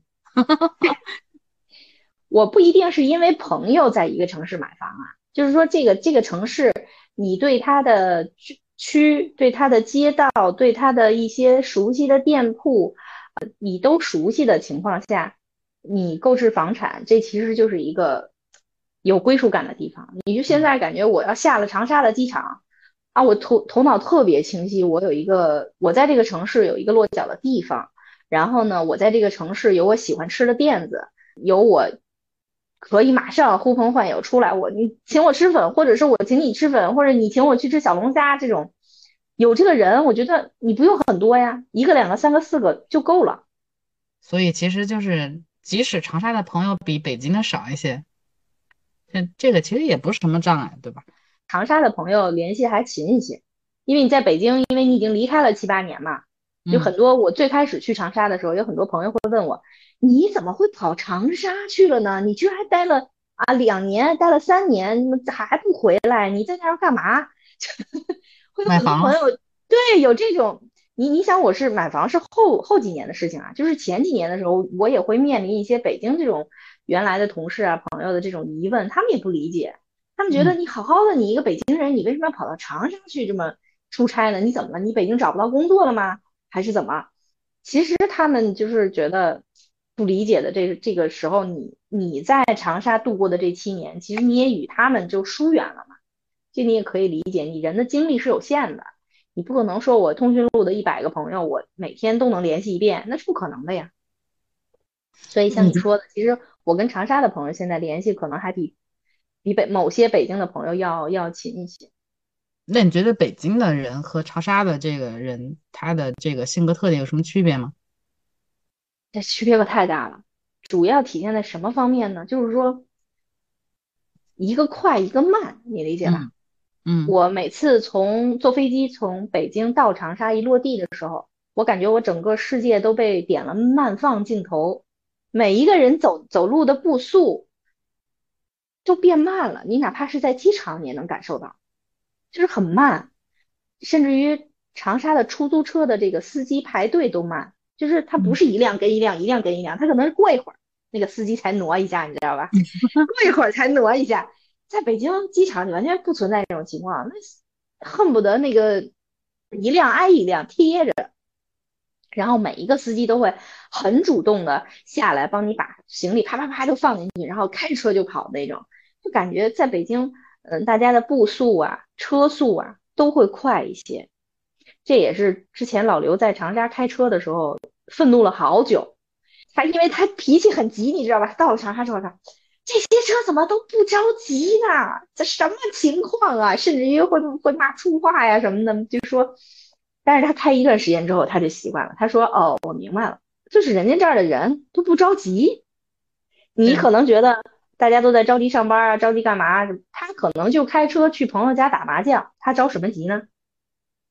我不一定是因为朋友在一个城市买房啊，就是说这个这个城市，你对它的区区、对它的街道、对它的一些熟悉的店铺，呃，你都熟悉的情况下，你购置房产，这其实就是一个有归属感的地方。你就现嗯在感觉我要下了长沙的机场啊，我头头脑特别清晰，我有一个我在这个城市有一个落脚的地方，然后呢，我在这个城市有我喜欢吃的店子。有我可以马上呼朋唤友出来，我你请我吃粉，或者是我请你吃粉，或者你请我去吃小龙虾这种，有这个人，我觉得你不用很多呀，一个、两个、三个、四个就够了。 所以其实就是，即使长沙的朋友比北京的少一些，这这个其实也不是什么障碍，对吧？ 长沙的朋友联系还勤一些，因为你在北京，因为你已经离开了七八年嘛，有嗯。 很多我最开始去长沙的时候，有很多朋友会问我，你怎么会跑长沙去了呢？你居然还待了啊两年，待了三年，还不回来？你在那儿干嘛？会有买房了。 很多朋友对有这种，你你想我是买房是后后几年的事情啊，就是前几年的时候，我也会面临一些北京这种原来的同事啊朋友的这种疑问，他们也不理解。他们觉得嗯。 你好好的，你一个北京人，你为什么要跑到长沙去这么出差呢？你怎么了？你北京找不到工作了吗？还是怎么？其实他们就是觉得不理解的这个这个时候你，你在长沙度过的这七年，其实你也与他们就疏远了嘛。这你也可以理解，你人的精力是有限的，你不可能说我通讯录的一百个朋友，我每天都能联系一遍，那是不可能的呀。所以像你觉你说的，其实我跟长沙的朋友现在联系可能还比比北某些北京的朋友要要勤一些。 那你觉得北京的人和长沙的这个人，他的这个性格特点有什么区别吗？ 这区别可太大了。主要体现在什么方面呢？就是说一个快一个慢，你理解吧？ 嗯嗯。 我每次从坐飞机从北京到长沙一落地的时候，我感觉我整个世界都被点了慢放镜头，每一个人走走路的步速都变慢了，你哪怕是在机场你也能感受到，就是很慢，甚至于长沙的出租车的这个司机排队都慢，就是他不嗯。 是一辆跟一辆，一辆跟一辆，他可能是过一会儿那个司机才挪一下，你知道吧？过一会儿才挪一下。在北京机场，你完全不存在这种情况，那恨不得那个一辆挨一辆贴着，然后每一个司机都会很主动的下来帮你把行李啪啪啪都放进去，然后开车就跑那种，就感觉在北京，嗯，大家的步速啊、车速啊都会快一些。这也是之前老刘在长沙开车的时候愤怒了好久，他因为他脾气很急，你知道吧？到了长沙之后，他这些车怎么都不着急呢？这什么情况啊？甚至于会会骂粗话呀什么的，就说。但是他开一段时间之后，他就习惯了。他说：“哦，我明白了，就是人家这儿的人都不着急。你对。 可能觉得大家都在着急上班啊，着急干嘛？他可能就开车去朋友家打麻将，他着什么急呢？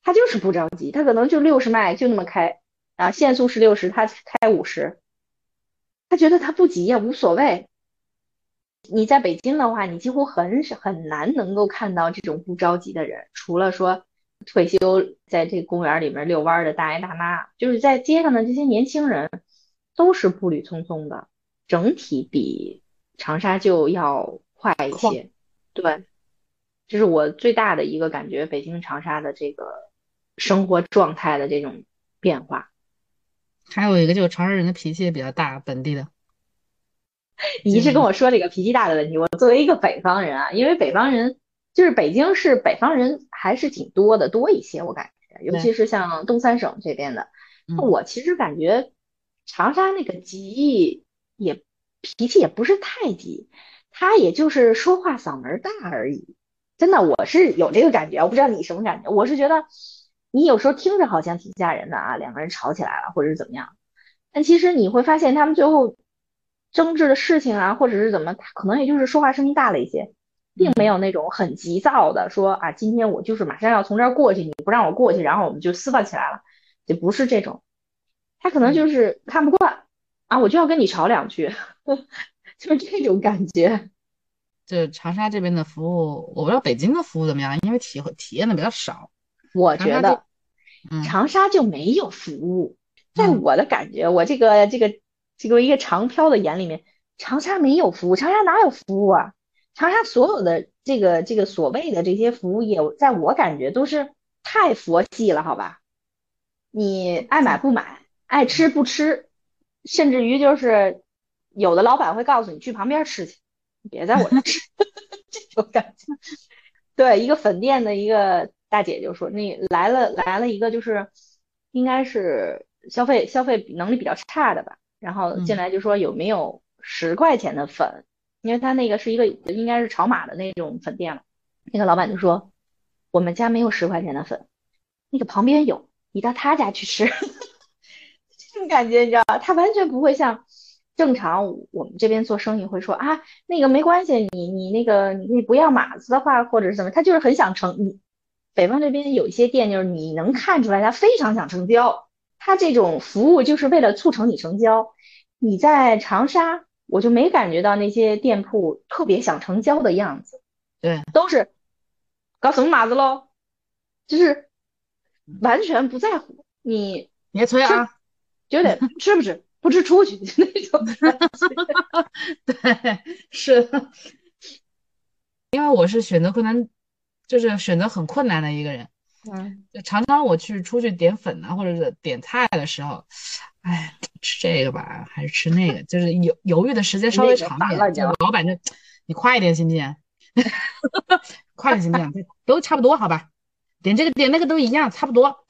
他就是不着急，他可能就六十迈就那么开啊，限速是六十，他开五十，他觉得他不急也无所谓。你在北京的话，你几乎很少很难能够看到这种不着急的人，除了说退休在这个公园里面遛弯的大爷大妈，就是在街上的这些年轻人都是步履匆匆的，整体比长沙就要快一快。 些。对，这是我最大的一个感觉，北京长沙的这个生活状态的这种变化。 还有一个就是长沙人的脾气也比较大，本地的你一直跟就是我说这个脾气大的问题，我作为一个北方人啊，因为北方人就是北京市北方人还是挺多的，多一些我感觉，尤对， 其是像东三省这边的。 嗯， 我其实感觉长沙那个急也脾气也不是太急，他也就是说话嗓门大而已。真的，我是有这个感觉，我不知道你什么感觉。我是觉得你有时候听着好像挺吓人的啊，两个人吵起来了或者是怎么样，但其实你会发现他们最后争执的事情啊，或者是怎么，可能也就是说话声音大了一些，并没嗯， 有那种很急躁的说啊，今天我就是马上要从这儿过去，你不让我过去，然后我们就撕巴起来了，就不是这种。他可能嗯， 就是看不惯啊，我就要跟你吵两句，就是这种感觉。 就长沙这边的服务，我不知道北京的服务怎么样，因为体会体验的比较少。 我长沙这， 觉得嗯长沙就没有服务，在嗯我的感觉，我这个这个这个一个长漂的眼里面，长沙没有服务，长沙哪有服务啊？长沙所有的这个这个所谓的这些服务业，在我感觉都是太佛系了，好吧？你爱买不买，爱吃不吃，甚至于就是有的老板会告诉你去旁边吃去，你别在我这儿吃，这种感觉。对，一个粉店的一个大姐就说，那来了来了一个就是应该是消费消费能力比较差的吧，然后进嗯， 来就说有没有十块钱的粉，因为他那个是一个应该是炒码的那种粉店了，那个老板就说我们家没有十块钱的粉，那个旁边有，你到他家去吃，这种感觉你知道吧？他完全不会像正常我们这边做生意会说啊，那个没关系，你你那个你不要码子的话，或者是怎么，他就是很想成你。北方这边有一些店，就是你能看出来他非常想成交，他这种服务就是为了促成你成交。你在长沙，我就没感觉到那些店铺特别想成交的样子， 对， 都是搞什么码子喽，就是完全不在乎你别催吃， 啊。 觉得吃不吃，不吃出去那种感觉。 对，是的，因为我是选择困难，就是选择很困难的一个人。 嗯， 就常常我去出去点粉啊，或者是点菜的时候，哎，吃这个吧，还是吃那个，就是犹犹豫的时间稍微那个烦了， 长一点。就你知道吧？ 老板就你快一点行不行？快点行不行？都差不多好吧？点这个点那个都一样，差不多。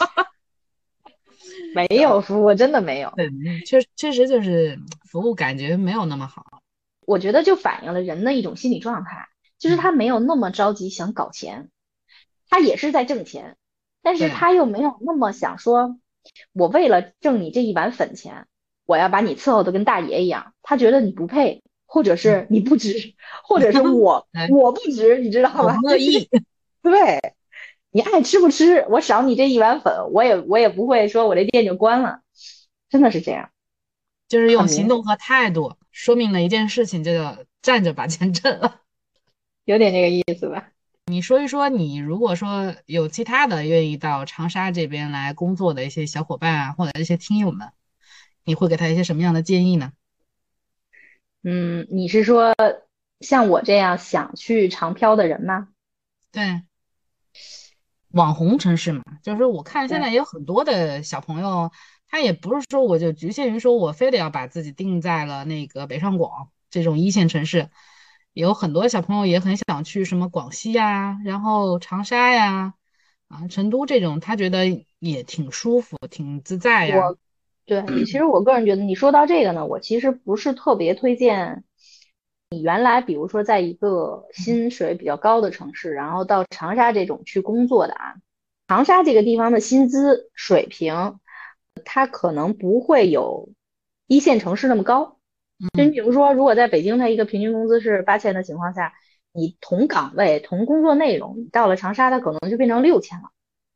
没有服务，真的没有。 对，确确实就是服务感觉没有那么好。 我觉得就反映了人的一种心理状态，就是嗯， 他没有那么着急想搞钱，他也是在挣钱，但是对， 他又没有那么想说，我为了挣你这一碗粉钱，我要把你伺候的跟大爷一样。他觉得你不配，或者嗯， 是你不值，或者是我哎， 我不值，你知道我不吧？就是乐意， 对你爱吃不吃，我少你这一碗粉，我也我也不会说我这店就关了，真的是这样， 就是用很明显， 行动和态度说明了一件事情，就叫站着把钱挣了。 有点这个意思吧。 你说一说，你如果说有其他的愿意到长沙这边来工作的一些小伙伴啊，或者一些听友们，你会给他一些什么样的建议呢？ 嗯，你是说像我这样想去长漂的人吗？ 对，网红城市嘛，就是说我看现对， 在也有很多的小朋友，他也不是说我就局限于说我非得要把自己定在了那个北上广这种一线城市，有很多小朋友也很想去什么广西呀，然后长沙呀，啊，成都这种，他觉得也挺舒服、挺自在呀。 我，对，其实我个人觉得，你说到这个呢，我其实不是特别推荐你原来比如说在一个薪水比较高的城市，然后到长沙这种去工作的啊，长沙这个地方的薪资水平，它可能不会有一线城市那么高。就你嗯， 比如说，如果在北京，它一个平均工资是八千的情况下，你同岗位、同工作内容，你到了长沙，它可能就变成六千了。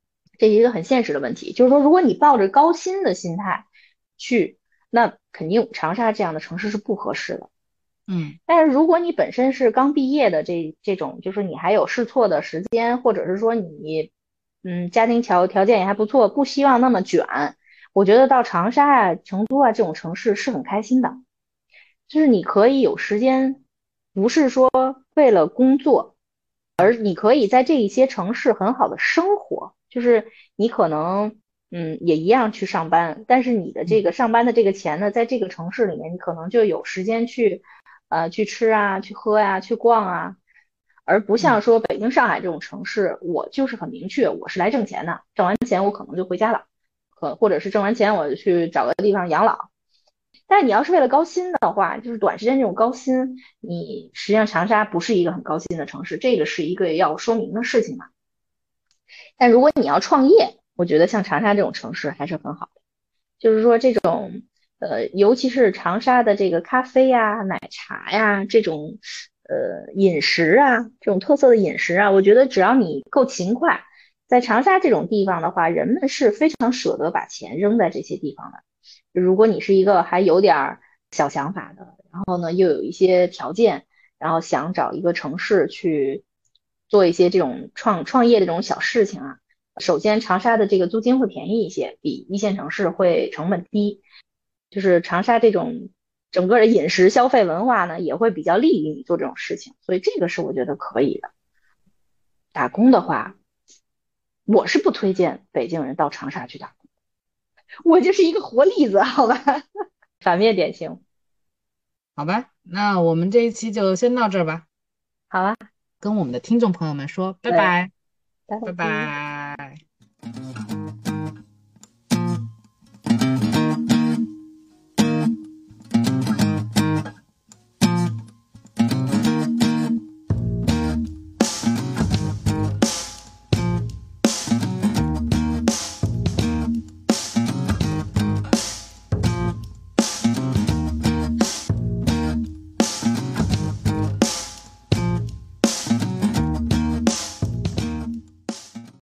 这是一个很现实的问题。就是说，如果你抱着高薪的心态去，那肯定长沙这样的城市是不合适的。 嗯但是如果你本身是刚毕业的这这种，就是你还有试错的时间，或者是说你嗯家庭条条件也还不错，不希望那么卷，我觉得到长沙啊、成都啊这种城市是很开心的。就是你可以有时间，不是说为了工作，而你可以在这一些城市很好的生活。就是你可能嗯也一样去上班，但是你的这嗯个上班的这个钱呢，在这个城市里面，你可能就有时间去呃去吃啊、去喝呀、去逛啊，而不嗯像说北京、上海这种城市，我就是很明确，我是来挣钱的，挣完钱我可能就回家了，可或者是挣完钱我就去找个地方养老。但是你要是为了高薪的话，就是短时间这种高薪，你实际上长沙不是一个很高薪的城市，这个是一个要说明的事情嘛。但如果你要创业，我觉得像长沙这种城市还是很好的。就是说这种呃，尤其是长沙的这个咖啡呀、奶茶呀这种呃饮食啊，这种特色的饮食啊，我觉得只要你够勤快，在长沙这种地方的话，人们是非常舍得把钱扔在这些地方的。如果你是一个还有点儿小想法的，然后呢又有一些条件，然后想找一个城市去做一些这种创创业的这种小事情啊。首先，长沙的这个租金会便宜一些，比一线城市会成本低。就是长沙这种整个的饮食消费文化呢，也会比较利于你做这种事情，所以这个是我觉得可以的。打工的话，我是不推荐北京人到长沙去打工，我就是一个活例子，好吧？反面典型。 好吧，那我们这一期就先到这儿吧， 好啊， 跟我们的听众朋友们说拜对， 拜， 拜拜拜。 拜。